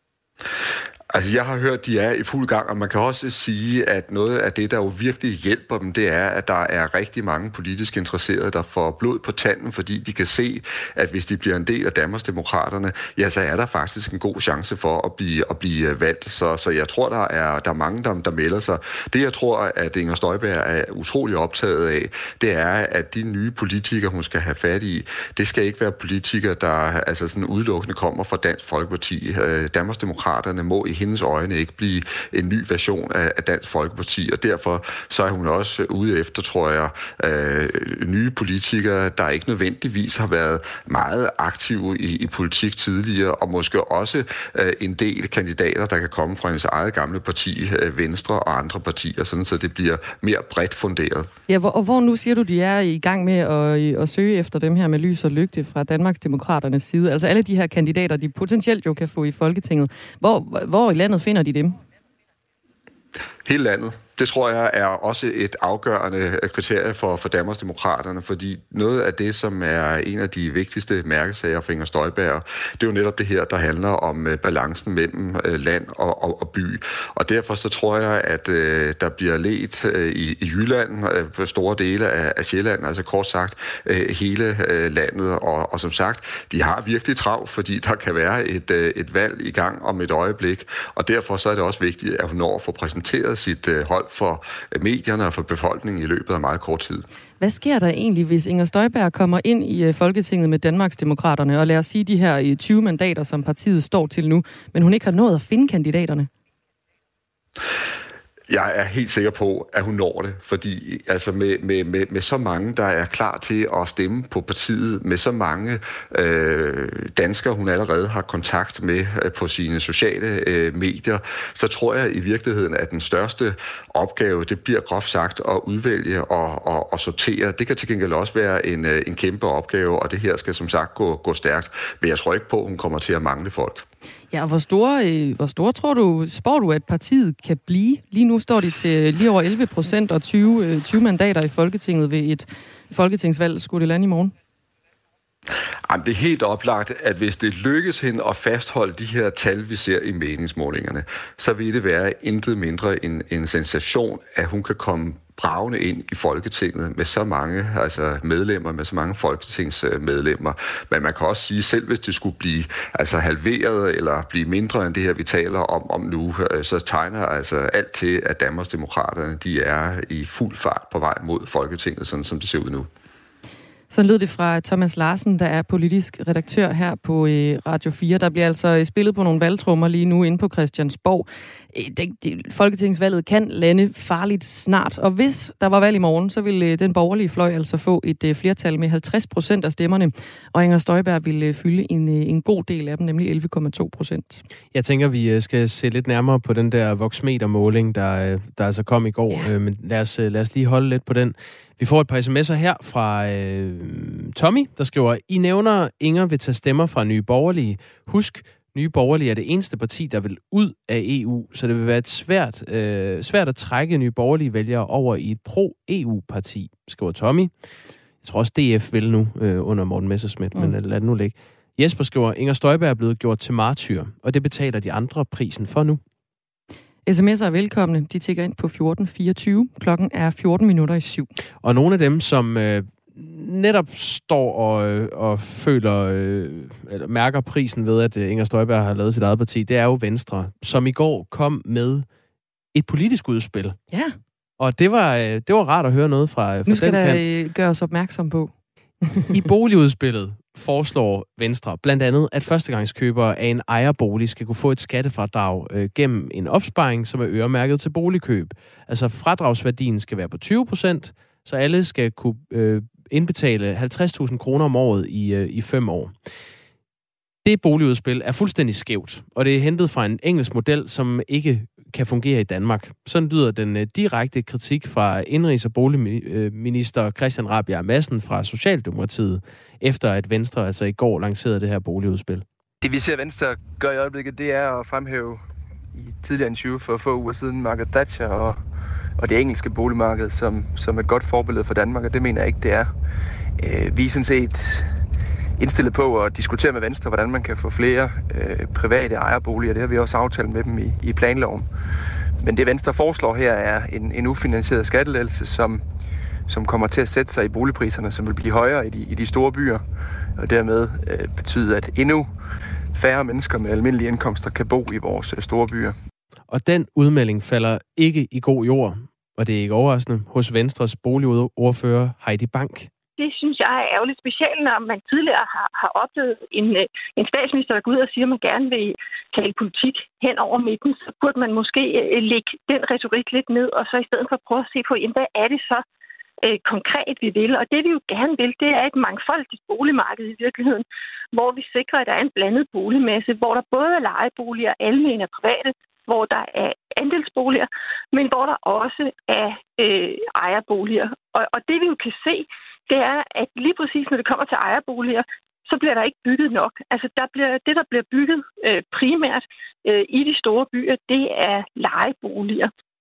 Altså, jeg har hørt, at de er i fuld gang, og man kan også sige, at noget af det, der jo virkelig hjælper dem, det er, at der er rigtig mange politisk interesserede, der får blod på tanden, fordi de kan se, at hvis de bliver en del af Danmarksdemokraterne, ja, så er der faktisk en god chance for at blive, at blive valgt. Så, så jeg tror, der er, der er mange, der, der melder sig. Det, jeg tror, at Inger Støjberg er utrolig optaget af, det er, at de nye politikere, hun skal have fat i, det skal ikke være politikere, der altså sådan udelukkende kommer fra Dansk Folkeparti. Danmarksdemokraterne må i hendes øjne ikke blive en ny version af Dansk Folkeparti, og derfor så er hun også ude efter, tror jeg, øh, nye politikere, der ikke nødvendigvis har været meget aktive i, i politik tidligere, og måske også øh, en del kandidater, der kan komme fra hendes eget gamle parti, øh, Venstre og andre partier, sådan så det bliver mere bredt funderet. Ja, hvor, og hvor nu siger du, de er i gang med at, at søge efter dem her med lys og lygte fra Danmarksdemokraternes side? Altså alle de her kandidater, de potentielt jo kan få i Folketinget. Hvor, hvor i landet finder de dem? Hele landet. Det tror jeg er også et afgørende kriterie for, for Danmarksdemokraterne, fordi noget af det, som er en af de vigtigste mærkesager for Inger Støjberg, det er jo netop det her, der handler om balancen mellem land og, og, og by. Og derfor så tror jeg, at øh, der bliver ledt øh, i, i Jylland, øh, store dele af, af Sjælland, altså kort sagt øh, hele øh, landet. Og, og som sagt, de har virkelig travlt, fordi der kan være et, øh, et valg i gang om et øjeblik. Og derfor så er det også vigtigt, at hun når at få præsenteret sit øh, hold for medierne og for befolkningen i løbet af meget kort tid. Hvad sker der egentlig, hvis Inger Støjberg kommer ind i Folketinget med Danmarksdemokraterne, og lad os sige de her tyve mandater, som partiet står til nu, men hun ikke har nået at finde kandidaterne? Jeg er helt sikker på, at hun når det, fordi altså med, med, med, med så mange, der er klar til at stemme på partiet, med så mange øh, danskere, hun allerede har kontakt med øh, på sine sociale øh, medier, så tror jeg i virkeligheden, at den største opgave, det bliver groft sagt at udvælge og, og, og sortere. Det kan til gengæld også være en, en kæmpe opgave, og det her skal som sagt gå, gå stærkt, men jeg tror ikke på, at hun kommer til at mangle folk. Ja, og hvor store, øh, hvor store tror du, spår du, at partiet kan blive? Lige nu står de til lige over elleve procent og tyve, øh, tyve mandater i Folketinget ved et folketingsvalg. Skulle det lande i morgen? Jamen, det er helt oplagt, at hvis det lykkes hende at fastholde de her tal, vi ser i meningsmålingerne, så vil det være intet mindre end en sensation, at hun kan komme bragende ind i Folketinget med så mange altså medlemmer, med så mange folketingsmedlemmer. Men man kan også sige, selv hvis det skulle blive altså halveret eller blive mindre end det her, vi taler om, om nu, så tegner altså alt til, at Danmarksdemokraterne de er i fuld fart på vej mod Folketinget, sådan som det ser ud nu. Så lød det fra Thomas Larsen, der er politisk redaktør her på øh, Radio fire. Der bliver altså spillet på nogle valgtrummer lige nu inde på Christiansborg. Det, det, Folketingsvalget kan lande farligt snart, og hvis der var valg i morgen, så ville øh, den borgerlige fløj altså få et øh, flertal med halvtreds procent af stemmerne, og Inger Støjberg ville øh, fylde en, øh, en god del af dem, nemlig elleve komma to procent. Jeg tænker, vi skal se lidt nærmere på den der voksmetermåling, der, der altså kom i går, ja. øh, men lad os, lad os lige holde lidt på den. Vi får et par sms'er her fra øh, Tommy, der skriver, I nævner, Inger vil tage stemmer fra Nye Borgerlige. Husk, Nye Borgerlige er det eneste parti, der vil ud af E U, så det vil være et svært, øh, svært at trække Nye Borgerlige vælgere over i et pro-E U-parti, skriver Tommy. Jeg tror også, D F vil nu øh, under Morten Messerschmidt, mm. men lad det nu ligge. Jesper skriver, Inger Støjberg er blevet gjort til martyr, og det betaler de andre prisen for nu. sms'er er velkomne. De tikker ind på fjorten fireogtyve. Klokken er fjorten minutter i syv. Og nogle af dem, som øh, netop står og, øh, og føler, øh, eller mærker prisen ved, at øh, Inger Støjberg har lavet sit eget parti, det er jo Venstre, som i går kom med et politisk udspil. Ja. Og det var, øh, det var rart at høre noget fra, fra nu skal den der kan. Gøre os opmærksom på. I boligudspillet foreslår Venstre blandt andet, at førstegangskøbere af en ejerbolig skal kunne få et skattefradrag øh, gennem en opsparing, som er øremærket til boligkøb. Altså fradragsværdien skal være på tyve procent, så alle skal kunne øh, indbetale halvtreds tusind kroner om året i, øh, i fem år. Det boligudspil er fuldstændig skævt, og det er hentet fra en engelsk model, som ikke kan fungere i Danmark. Sådan lyder den øh, direkte kritik fra indrigs- og boligminister Christian Rabjerg Madsen fra Socialdemokratiet, efter at Venstre altså i går lancerede det her boligudspil. Det vi ser Venstre gøre i øjeblikket, det er at fremhæve i tidligere end tyve for få uger siden Margaret Thatcher og, og det engelske boligmarked som, som et godt forbillede for Danmark, og det mener jeg ikke, det er. Øh, vi er sådan set indstillet på at diskutere med Venstre, hvordan man kan få flere øh, private ejerboliger. Det har vi også aftalt med dem i, i planloven. Men det Venstre foreslår her er en, en ufinansieret skattelettelse, som, som kommer til at sætte sig i boligpriserne, som vil blive højere i de, i de store byer, og dermed øh, betyde, at endnu færre mennesker med almindelige indkomster kan bo i vores øh, store byer. Og den udmelding falder ikke i god jord, og det er ikke overraskende, hos Venstres boligordfører Heidi Bank. Det synes jeg er ærgerligt, specielt når man tidligere har, har oplevet en, en statsminister, der går ud og siger, at man gerne vil tale politik hen over midten. Så burde man måske lægge den retorik lidt ned, og så i stedet for prøve at se på, jamen, hvad er det så øh, konkret, vi vil? Og det vi jo gerne vil, det er et mangfoldigt boligmarked i virkeligheden, hvor vi sikrer, at der er en blandet boligmasse, hvor der både er lejeboliger, almene og private, hvor der er andelsboliger, men hvor der også er øh, ejerboliger. Og, og det vi jo kan se, det er, at lige præcis når det kommer til ejerboliger, så bliver der ikke bygget nok. Altså der bliver, det, der bliver bygget øh, primært øh, i de store byer, det er lejeboliger.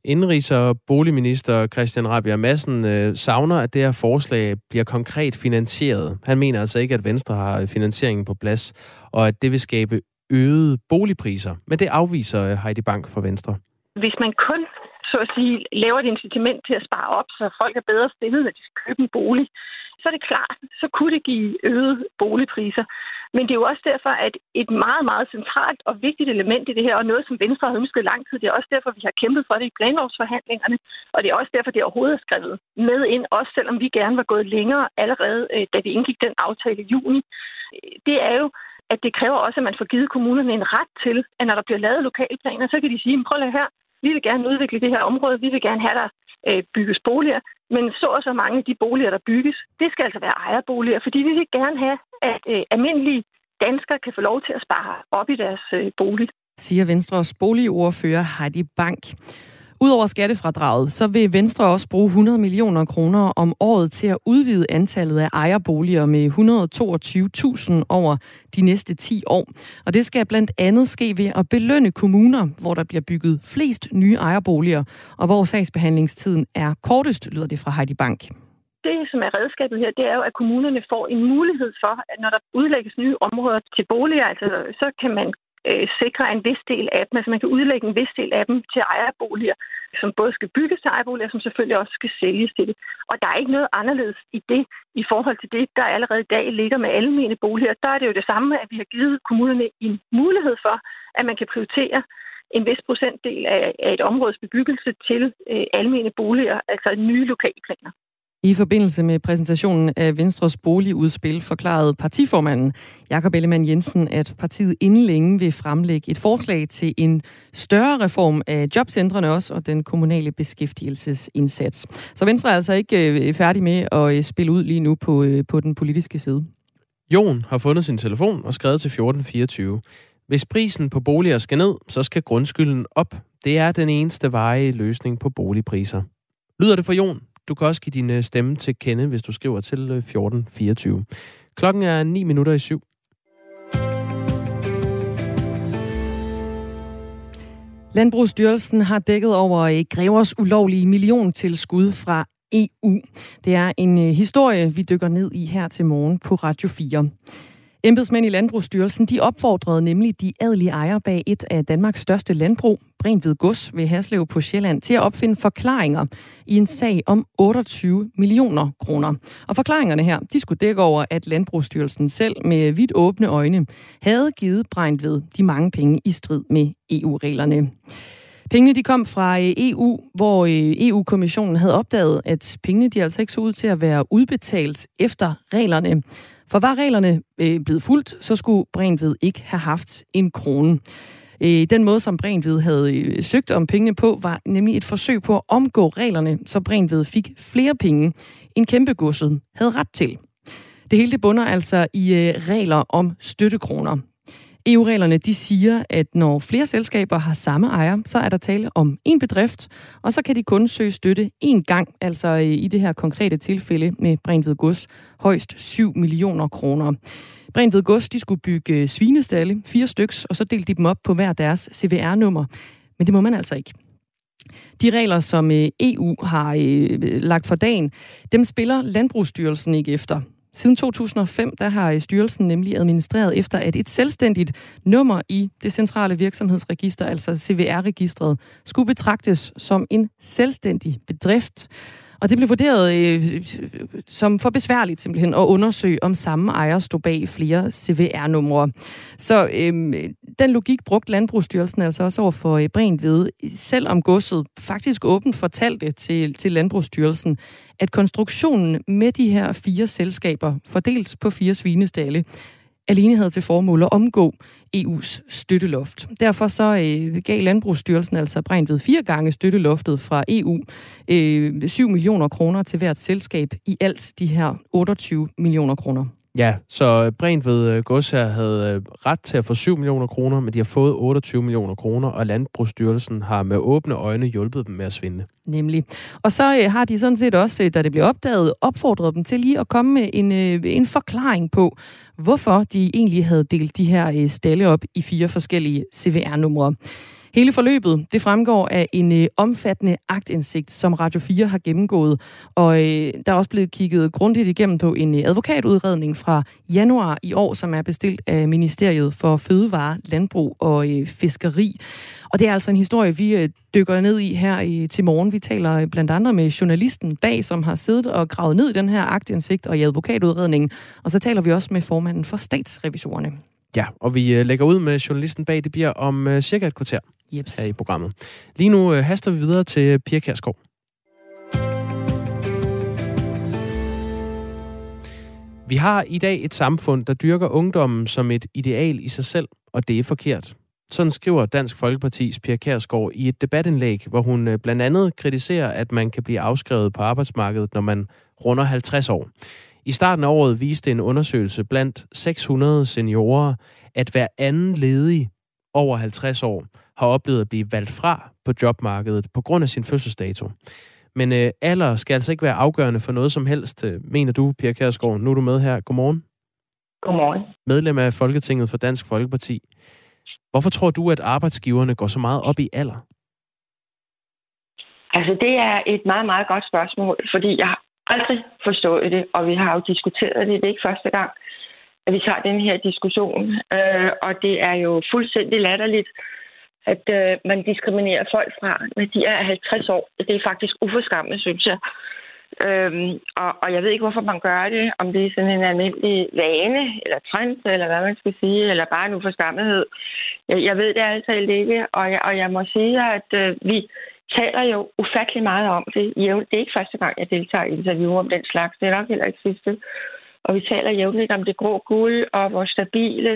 Indenrigs- og boligminister Christian Rabjerg Madsen øh, savner, at det her forslag bliver konkret finansieret. Han mener altså ikke, at Venstre har finansieringen på plads, og at det vil skabe øgede boligpriser. Men det afviser Heidi Bank fra Venstre. Hvis man kun, så at sige, laver et incitament til at spare op, så folk er bedre stillet, når de skal købe en bolig, så er det klart, så kunne det give øgede boligpriser. Men det er jo også derfor, at et meget, meget centralt og vigtigt element i det her, og noget, som Venstre har ønsket lang tid, det er også derfor, vi har kæmpet for det i planlovsforhandlingerne, og det er også derfor, det overhovedet er skrevet med ind, også selvom vi gerne var gået længere allerede, da vi indgik den aftale i juni. Det er jo, at det kræver også, at man får givet kommunerne en ret til, at når der bliver lavet lokalplaner, så kan de sige, prøv at høre, vi vil gerne udvikle det her område, vi vil gerne have, der øh, bygges boliger, men så og så mange af de boliger, der bygges, det skal altså være ejerboliger, fordi vi vil gerne have, at øh, almindelige danskere kan få lov til at spare op i deres øh, bolig. Siger Venstres boligordfører Heidi Bank. Udover skattefradraget, så vil Venstre også bruge hundrede millioner kroner om året til at udvide antallet af ejerboliger med et hundrede og toogtyve tusind over de næste ti år. Og det skal blandt andet ske ved at belønne kommuner, hvor der bliver bygget flest nye ejerboliger, og hvor sagsbehandlingstiden er kortest, lyder det fra Heidi Bank. Det, som er redskabet her, det er jo, at kommunerne får en mulighed for, at når der udlægges nye områder til boliger, altså, så kan man øh, sikre en vis del af dem. Altså man kan udlægge en vis del af dem til ejerboliger, som både skal bygges til ejerboliger, som selvfølgelig også skal sælges til det. Og der er ikke noget anderledes i det, i forhold til det, der allerede i dag ligger med almene boliger. Der er det jo det samme, at vi har givet kommunerne en mulighed for, at man kan prioritere en vis procentdel af, af et områdes bebyggelse til øh, almene boliger, altså nye lokalplaner. I forbindelse med præsentationen af Venstres boligudspil forklarede partiformanden Jakob Ellemann-Jensen, at partiet inden længe vil fremlægge et forslag til en større reform af jobcentrene også og den kommunale beskæftigelsesindsats. Så Venstre er altså ikke færdig med at spille ud lige nu på, på den politiske side. Jon har fundet sin telefon og skrevet til fjorten fireogtyve. Hvis prisen på boliger skal ned, så skal grundskylden op. Det er den eneste varige løsning på boligpriser. Lyder det for Jon? Du kan også give din stemme til kende, hvis du skriver til fjorten fireogtyve. Klokken er ni minutter i syv. Landbrugsstyrelsen har dækket over Grevers ulovlige milliontilskud fra E U. Det er en historie, vi dykker ned i her til morgen på Radio fire. Embedsmænd i Landbrugsstyrelsen, de opfordrede nemlig de adelige ejere bag et af Danmarks største landbrug, Brentved Gods ved Haslev på Sjælland, til at opfinde forklaringer i en sag om otteogtyve millioner kroner. Og forklaringerne her, de skulle dække over, at Landbrugsstyrelsen selv med vidt åbne øjne havde givet Brentved de mange penge i strid med E U-reglerne. Pengene de kom fra E U, hvor E U-kommissionen havde opdaget, at pengene de altså ikke så ud til at være udbetalt efter reglerne. For var reglerne øh, blevet fulgt, så skulle Brentved ikke have haft en krone. Øh, den måde, som Brentved havde øh, søgt om pengene på, var nemlig et forsøg på at omgå reglerne, så Brentved fik flere penge, end kæmpegodset havde ret til. Det hele det bunder altså i øh, regler om støttekroner. E U-reglerne de siger, at når flere selskaber har samme ejer, så er der tale om en bedrift, og så kan de kun søge støtte én gang, altså i det her konkrete tilfælde med Brentved Gods, højst syv millioner kroner. Brentved Gods de skulle bygge svinestalde, fire styks, og så delte de dem op på hver deres C V R-nummer. Men det må man altså ikke. De regler, som E U har øh, lagt for dagen, dem spiller Landbrugsstyrelsen ikke efter. Siden to tusind og fem, der har styrelsen nemlig administreret efter, at et selvstændigt nummer i det centrale virksomhedsregister, altså C V R-registret, skulle betragtes som en selvstændig bedrift. Og det blev vurderet øh, som for besværligt simpelthen at undersøge, om samme ejer stod bag flere C V R-numre. Så øh, den logik brugte Landbrugsstyrelsen altså også over for øh, Brentved, selvom godset faktisk åbent fortalte til, til Landbrugsstyrelsen, at konstruktionen med de her fire selskaber, fordelt på fire svinestalde, alene havde til formål at omgå E U's støtteloft. Derfor så øh, gav Landbrugsstyrelsen altså Brentved fire gange støtteloftet fra E U. Øh, syv millioner kroner til hvert selskab. I alt de her otteogtyve millioner kroner. Ja, så Brentved Gods her havde ret til at få syv millioner kroner, men de har fået otteogtyve millioner kroner, og Landbrugsstyrelsen har med åbne øjne hjulpet dem med at svinde. Nemlig. Og så øh, har de sådan set også, da det blev opdaget, opfordret dem til lige at komme med en, øh, en forklaring på, hvorfor de egentlig havde delt de her øh, stalle op i fire forskellige C V R-numre. Hele forløbet, det fremgår af en øh, omfattende aktindsigt, som Radio fire har gennemgået. Og øh, der er også blevet kigget grundigt igennem på en øh, advokatudredning fra januar i år, som er bestilt af Ministeriet for Fødevare, Landbrug og øh, Fiskeri. Og det er altså en historie, vi øh, dykker ned i her i, til morgen. Vi taler øh, blandt andet med journalisten bag, som har siddet og gravet ned i den her aktindsigt og i advokatudredningen. Og så taler vi også med formanden for statsrevisorerne. Ja, og vi øh, lægger ud med journalisten bag. Det bliver om øh, cirka et kvarter Jeps. her i programmet. Lige nu øh, haster vi videre til Pia Kjærsgaard. Vi har i dag et samfund, der dyrker ungdommen som et ideal i sig selv, og det er forkert. Sådan skriver Dansk Folkepartis Pia Kjærsgaard i et debatindlæg, hvor hun blandt andet kritiserer, at man kan blive afskrevet på arbejdsmarkedet, når man runder halvtreds år. I starten af året viste en undersøgelse blandt seks hundrede seniorer, at hver anden ledig over halvtreds år har oplevet at blive valgt fra på jobmarkedet på grund af sin fødselsdato. Men øh, alder skal altså ikke være afgørende for noget som helst, mener du, Pia Kjærsgaard. Nu er du med her. Godmorgen. Godmorgen. Medlem af Folketinget for Dansk Folkeparti. Hvorfor tror du, at arbejdsgiverne går så meget op i alder? Altså, det er et meget, meget godt spørgsmål, fordi jeg har aldrig forstået det, og vi har jo diskuteret det. Det er ikke første gang, at vi tager den her diskussion, øh, og det er jo fuldstændig latterligt, at øh, man diskriminerer folk fra, når de er halvtreds år. Det er faktisk uforskammende, synes jeg. Øhm, og, og jeg ved ikke, hvorfor man gør det, om det er sådan en almindelig vane, eller trend, eller hvad man skal sige, eller bare en uforskammethed. Jeg, jeg ved det altså ikke, og jeg, og jeg må sige, at øh, vi taler jo ufattelig meget om det. Det er ikke første gang, jeg deltager i interview om den slags. Det er nok heller ikke sidste. Og vi taler jævnligt om det grå guld, og hvor stabile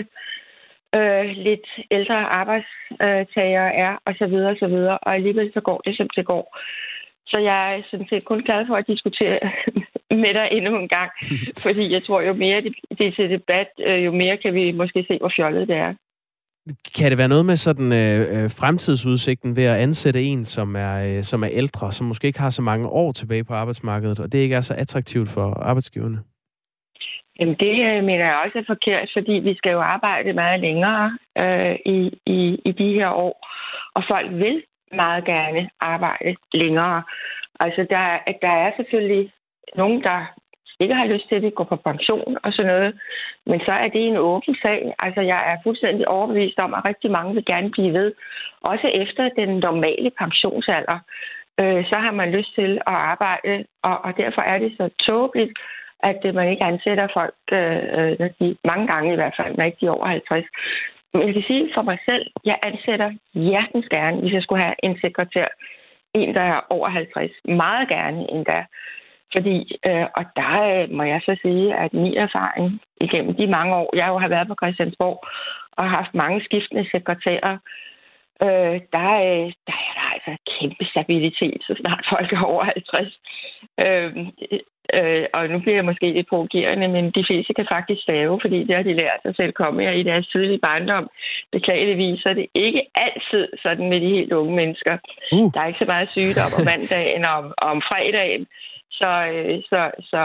øh, lidt ældre arbejdstagere er, og så videre, og så videre. Og alligevel så går det, som det går. Så jeg er sådan set kun glad for at diskutere med dig endnu en gang. Fordi jeg tror, jo mere det, det er til debat, jo mere kan vi måske se, hvor fjollet det er. Kan det være noget med sådan øh, fremtidsudsigten ved at ansætte en, som er, øh, som er ældre, som måske ikke har så mange år tilbage på arbejdsmarkedet, og det ikke er så attraktivt for arbejdsgiverne? Jamen det øh, mener jeg også er forkert, fordi vi skal jo arbejde meget længere øh, i, i, i de her år, og folk vil meget gerne arbejde længere. Altså der, der er selvfølgelig nogen, der ikke har lyst til det, gå på pension og sådan noget, men så er det en åben sag. Altså jeg er fuldstændig overbevist om, at rigtig mange vil gerne blive ved. Også efter den normale pensionsalder, øh, så har man lyst til at arbejde, og, og derfor er det så tåbeligt, at man ikke ansætter folk, øh, når de, mange gange i hvert fald, når ikke de er over halvtreds. Men jeg kan sige for mig selv, jeg ansætter hjertens gerne, hvis jeg skulle have en sekretær, en, der er over halvtreds. Meget gerne endda. Fordi, øh, og der øh, må jeg så sige, at min erfaring igennem de mange år, jeg jo har været på Christiansborg og har haft mange skiftende sekretærer, øh, der, øh, der er der altså kæmpe stabilitet, så snart folk er over halvtreds. Øh, øh, og nu bliver jeg måske lidt provokerende, men de fleste kan faktisk stave, fordi det har de lært sig selv komme her i deres tidlige barndom. Beklageligvis, så er det ikke altid sådan med de helt unge mennesker. Uh. Der er ikke så meget sygdom om mandagen og om, og om fredagen. Så, så, så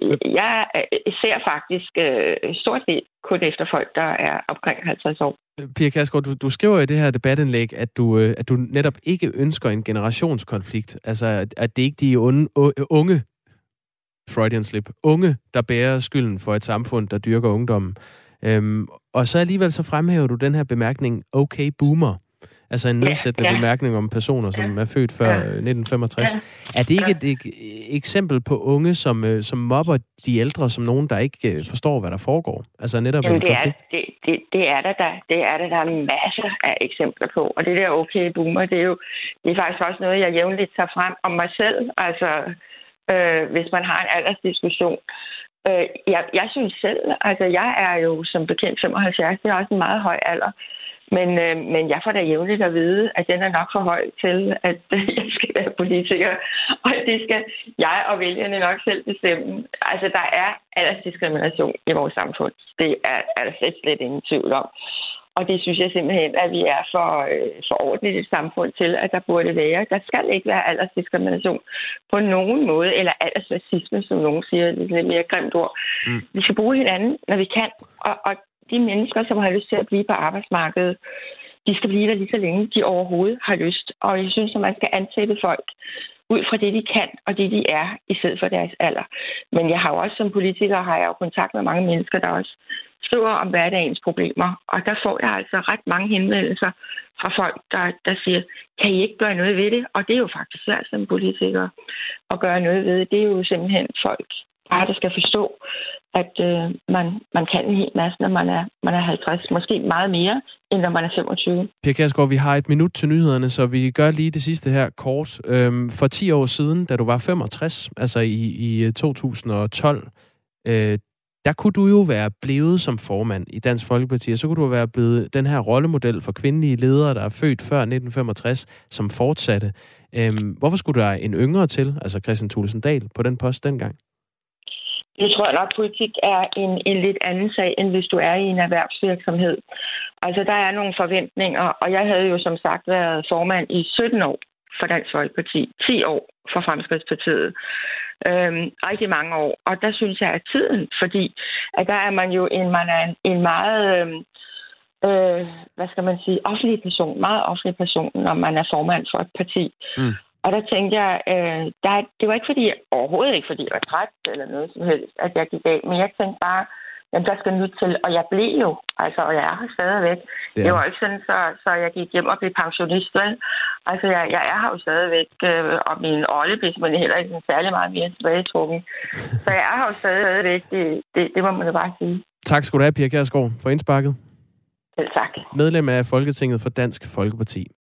jeg ser faktisk stort set kun efter folk, der er omkring halvtreds år. Pia Kjærsgaard, du, du skriver i det her debatindlæg, at du, at du netop ikke ønsker en generationskonflikt. Altså, at det ikke de unge, unge Freudian slip, unge, der bærer skylden for et samfund, der dyrker ungdommen. Øhm, og så alligevel så fremhæver du den her bemærkning, okay boomer. Altså en nedsættende ja, ja. bemærkning om personer, som ja. er født før ja. nitten femogtres. Ja. Er det ikke et, et eksempel på unge, som, som mobber de ældre, som nogen, der ikke forstår, hvad der foregår? Altså netop Jamen, en det, er, konflikt? det, det, det er der, der, det er der, der er masser af eksempler på. Og det der okay boomer, det er jo det er faktisk også noget, jeg jævnligt tager frem om mig selv. Altså, øh, hvis man har en aldersdiskussion. Øh, jeg, jeg synes selv, altså jeg er jo som bekendt femoghalvfjerds, det er også en meget høj alder. Men, øh, men jeg får da jævnligt at vide, at den er nok for høj til, at øh, jeg skal være politiker. Og det skal jeg og vælgerne nok selv bestemme. Altså, der er aldersdiskrimination i vores samfund. Det er, er der slet, slet ingen tvivl om. Og det synes jeg simpelthen, at vi er for, øh, for ordentligt et samfund til, at der burde være. Der skal ikke være aldersdiskrimination på nogen måde, eller aldersracisme, som nogen siger. Det er lidt mere grimt ord. Mm. Vi skal bruge hinanden, når vi kan. Og, og de mennesker, som har lyst til at blive på arbejdsmarkedet, de skal blive der lige så længe, de overhovedet har lyst. Og jeg synes, at man skal ansætte folk ud fra det, de kan, og det, de er, i stedet for deres alder. Men jeg har jo også som politiker, har jeg jo kontakt med mange mennesker, der også skriver om hverdagens problemer. Og der får jeg altså ret mange henvendelser fra folk, der, der siger, kan I ikke gøre noget ved det? Og det er jo faktisk svært som politiker at gøre noget ved det. Det er jo simpelthen folk, bare der skal forstå, at øh, man, man kan en hel masse, når man er, man er halvtreds. Måske meget mere, end når man er femogtyve. Pia Kjærsgaard, vi har et minut til nyhederne, så vi gør lige det sidste her kort. Øhm, for ti år siden, da du var femogtres, altså i, i to tusind og tolv, øh, der kunne du jo være blevet som formand i Dansk Folkeparti, og så kunne du være blevet den her rollemodel for kvindelige ledere, der er født før nitten femogtres, som fortsatte. Øhm, hvorfor skulle der en yngre til, altså Kristian Thulesen Dahl, på den post dengang? Jeg tror nok, at politik er en, en lidt anden sag, end hvis du er i en erhvervsvirksomhed. Altså, der er nogle forventninger, og jeg havde jo som sagt været formand i sytten år for Dansk Folkeparti, ti år for Fremskridtspartiet, øhm, rigtig mange år. Og der synes jeg, at tiden, fordi at der er man jo en, man er en, en meget, øhm, øh, hvad skal man sige, offentlig person, meget offentlig person, når man er formand for et parti. Mm. Og der tænkte jeg, øh, der, det var ikke fordi, overhovedet ikke fordi jeg var træt eller noget som helst, at jeg gik af. Men jeg tænkte bare, jamen der skal nyt til. Og jeg blev jo, altså, og jeg er her stadigvæk. Det, det var ikke sådan, så, så jeg gik hjem og blev pensionist, vel? Altså, jeg, jeg er her jo stadigvæk, øh, og min oldebis, men heller ikke særlig meget mere tilbagetrukken. Så jeg er her jo stadigvæk, det, det, det må man jo bare sige. Tak skal du have, Pia Kjærsgaard, for indsparket. Selv tak. Medlem af Folketinget for Dansk Folkeparti.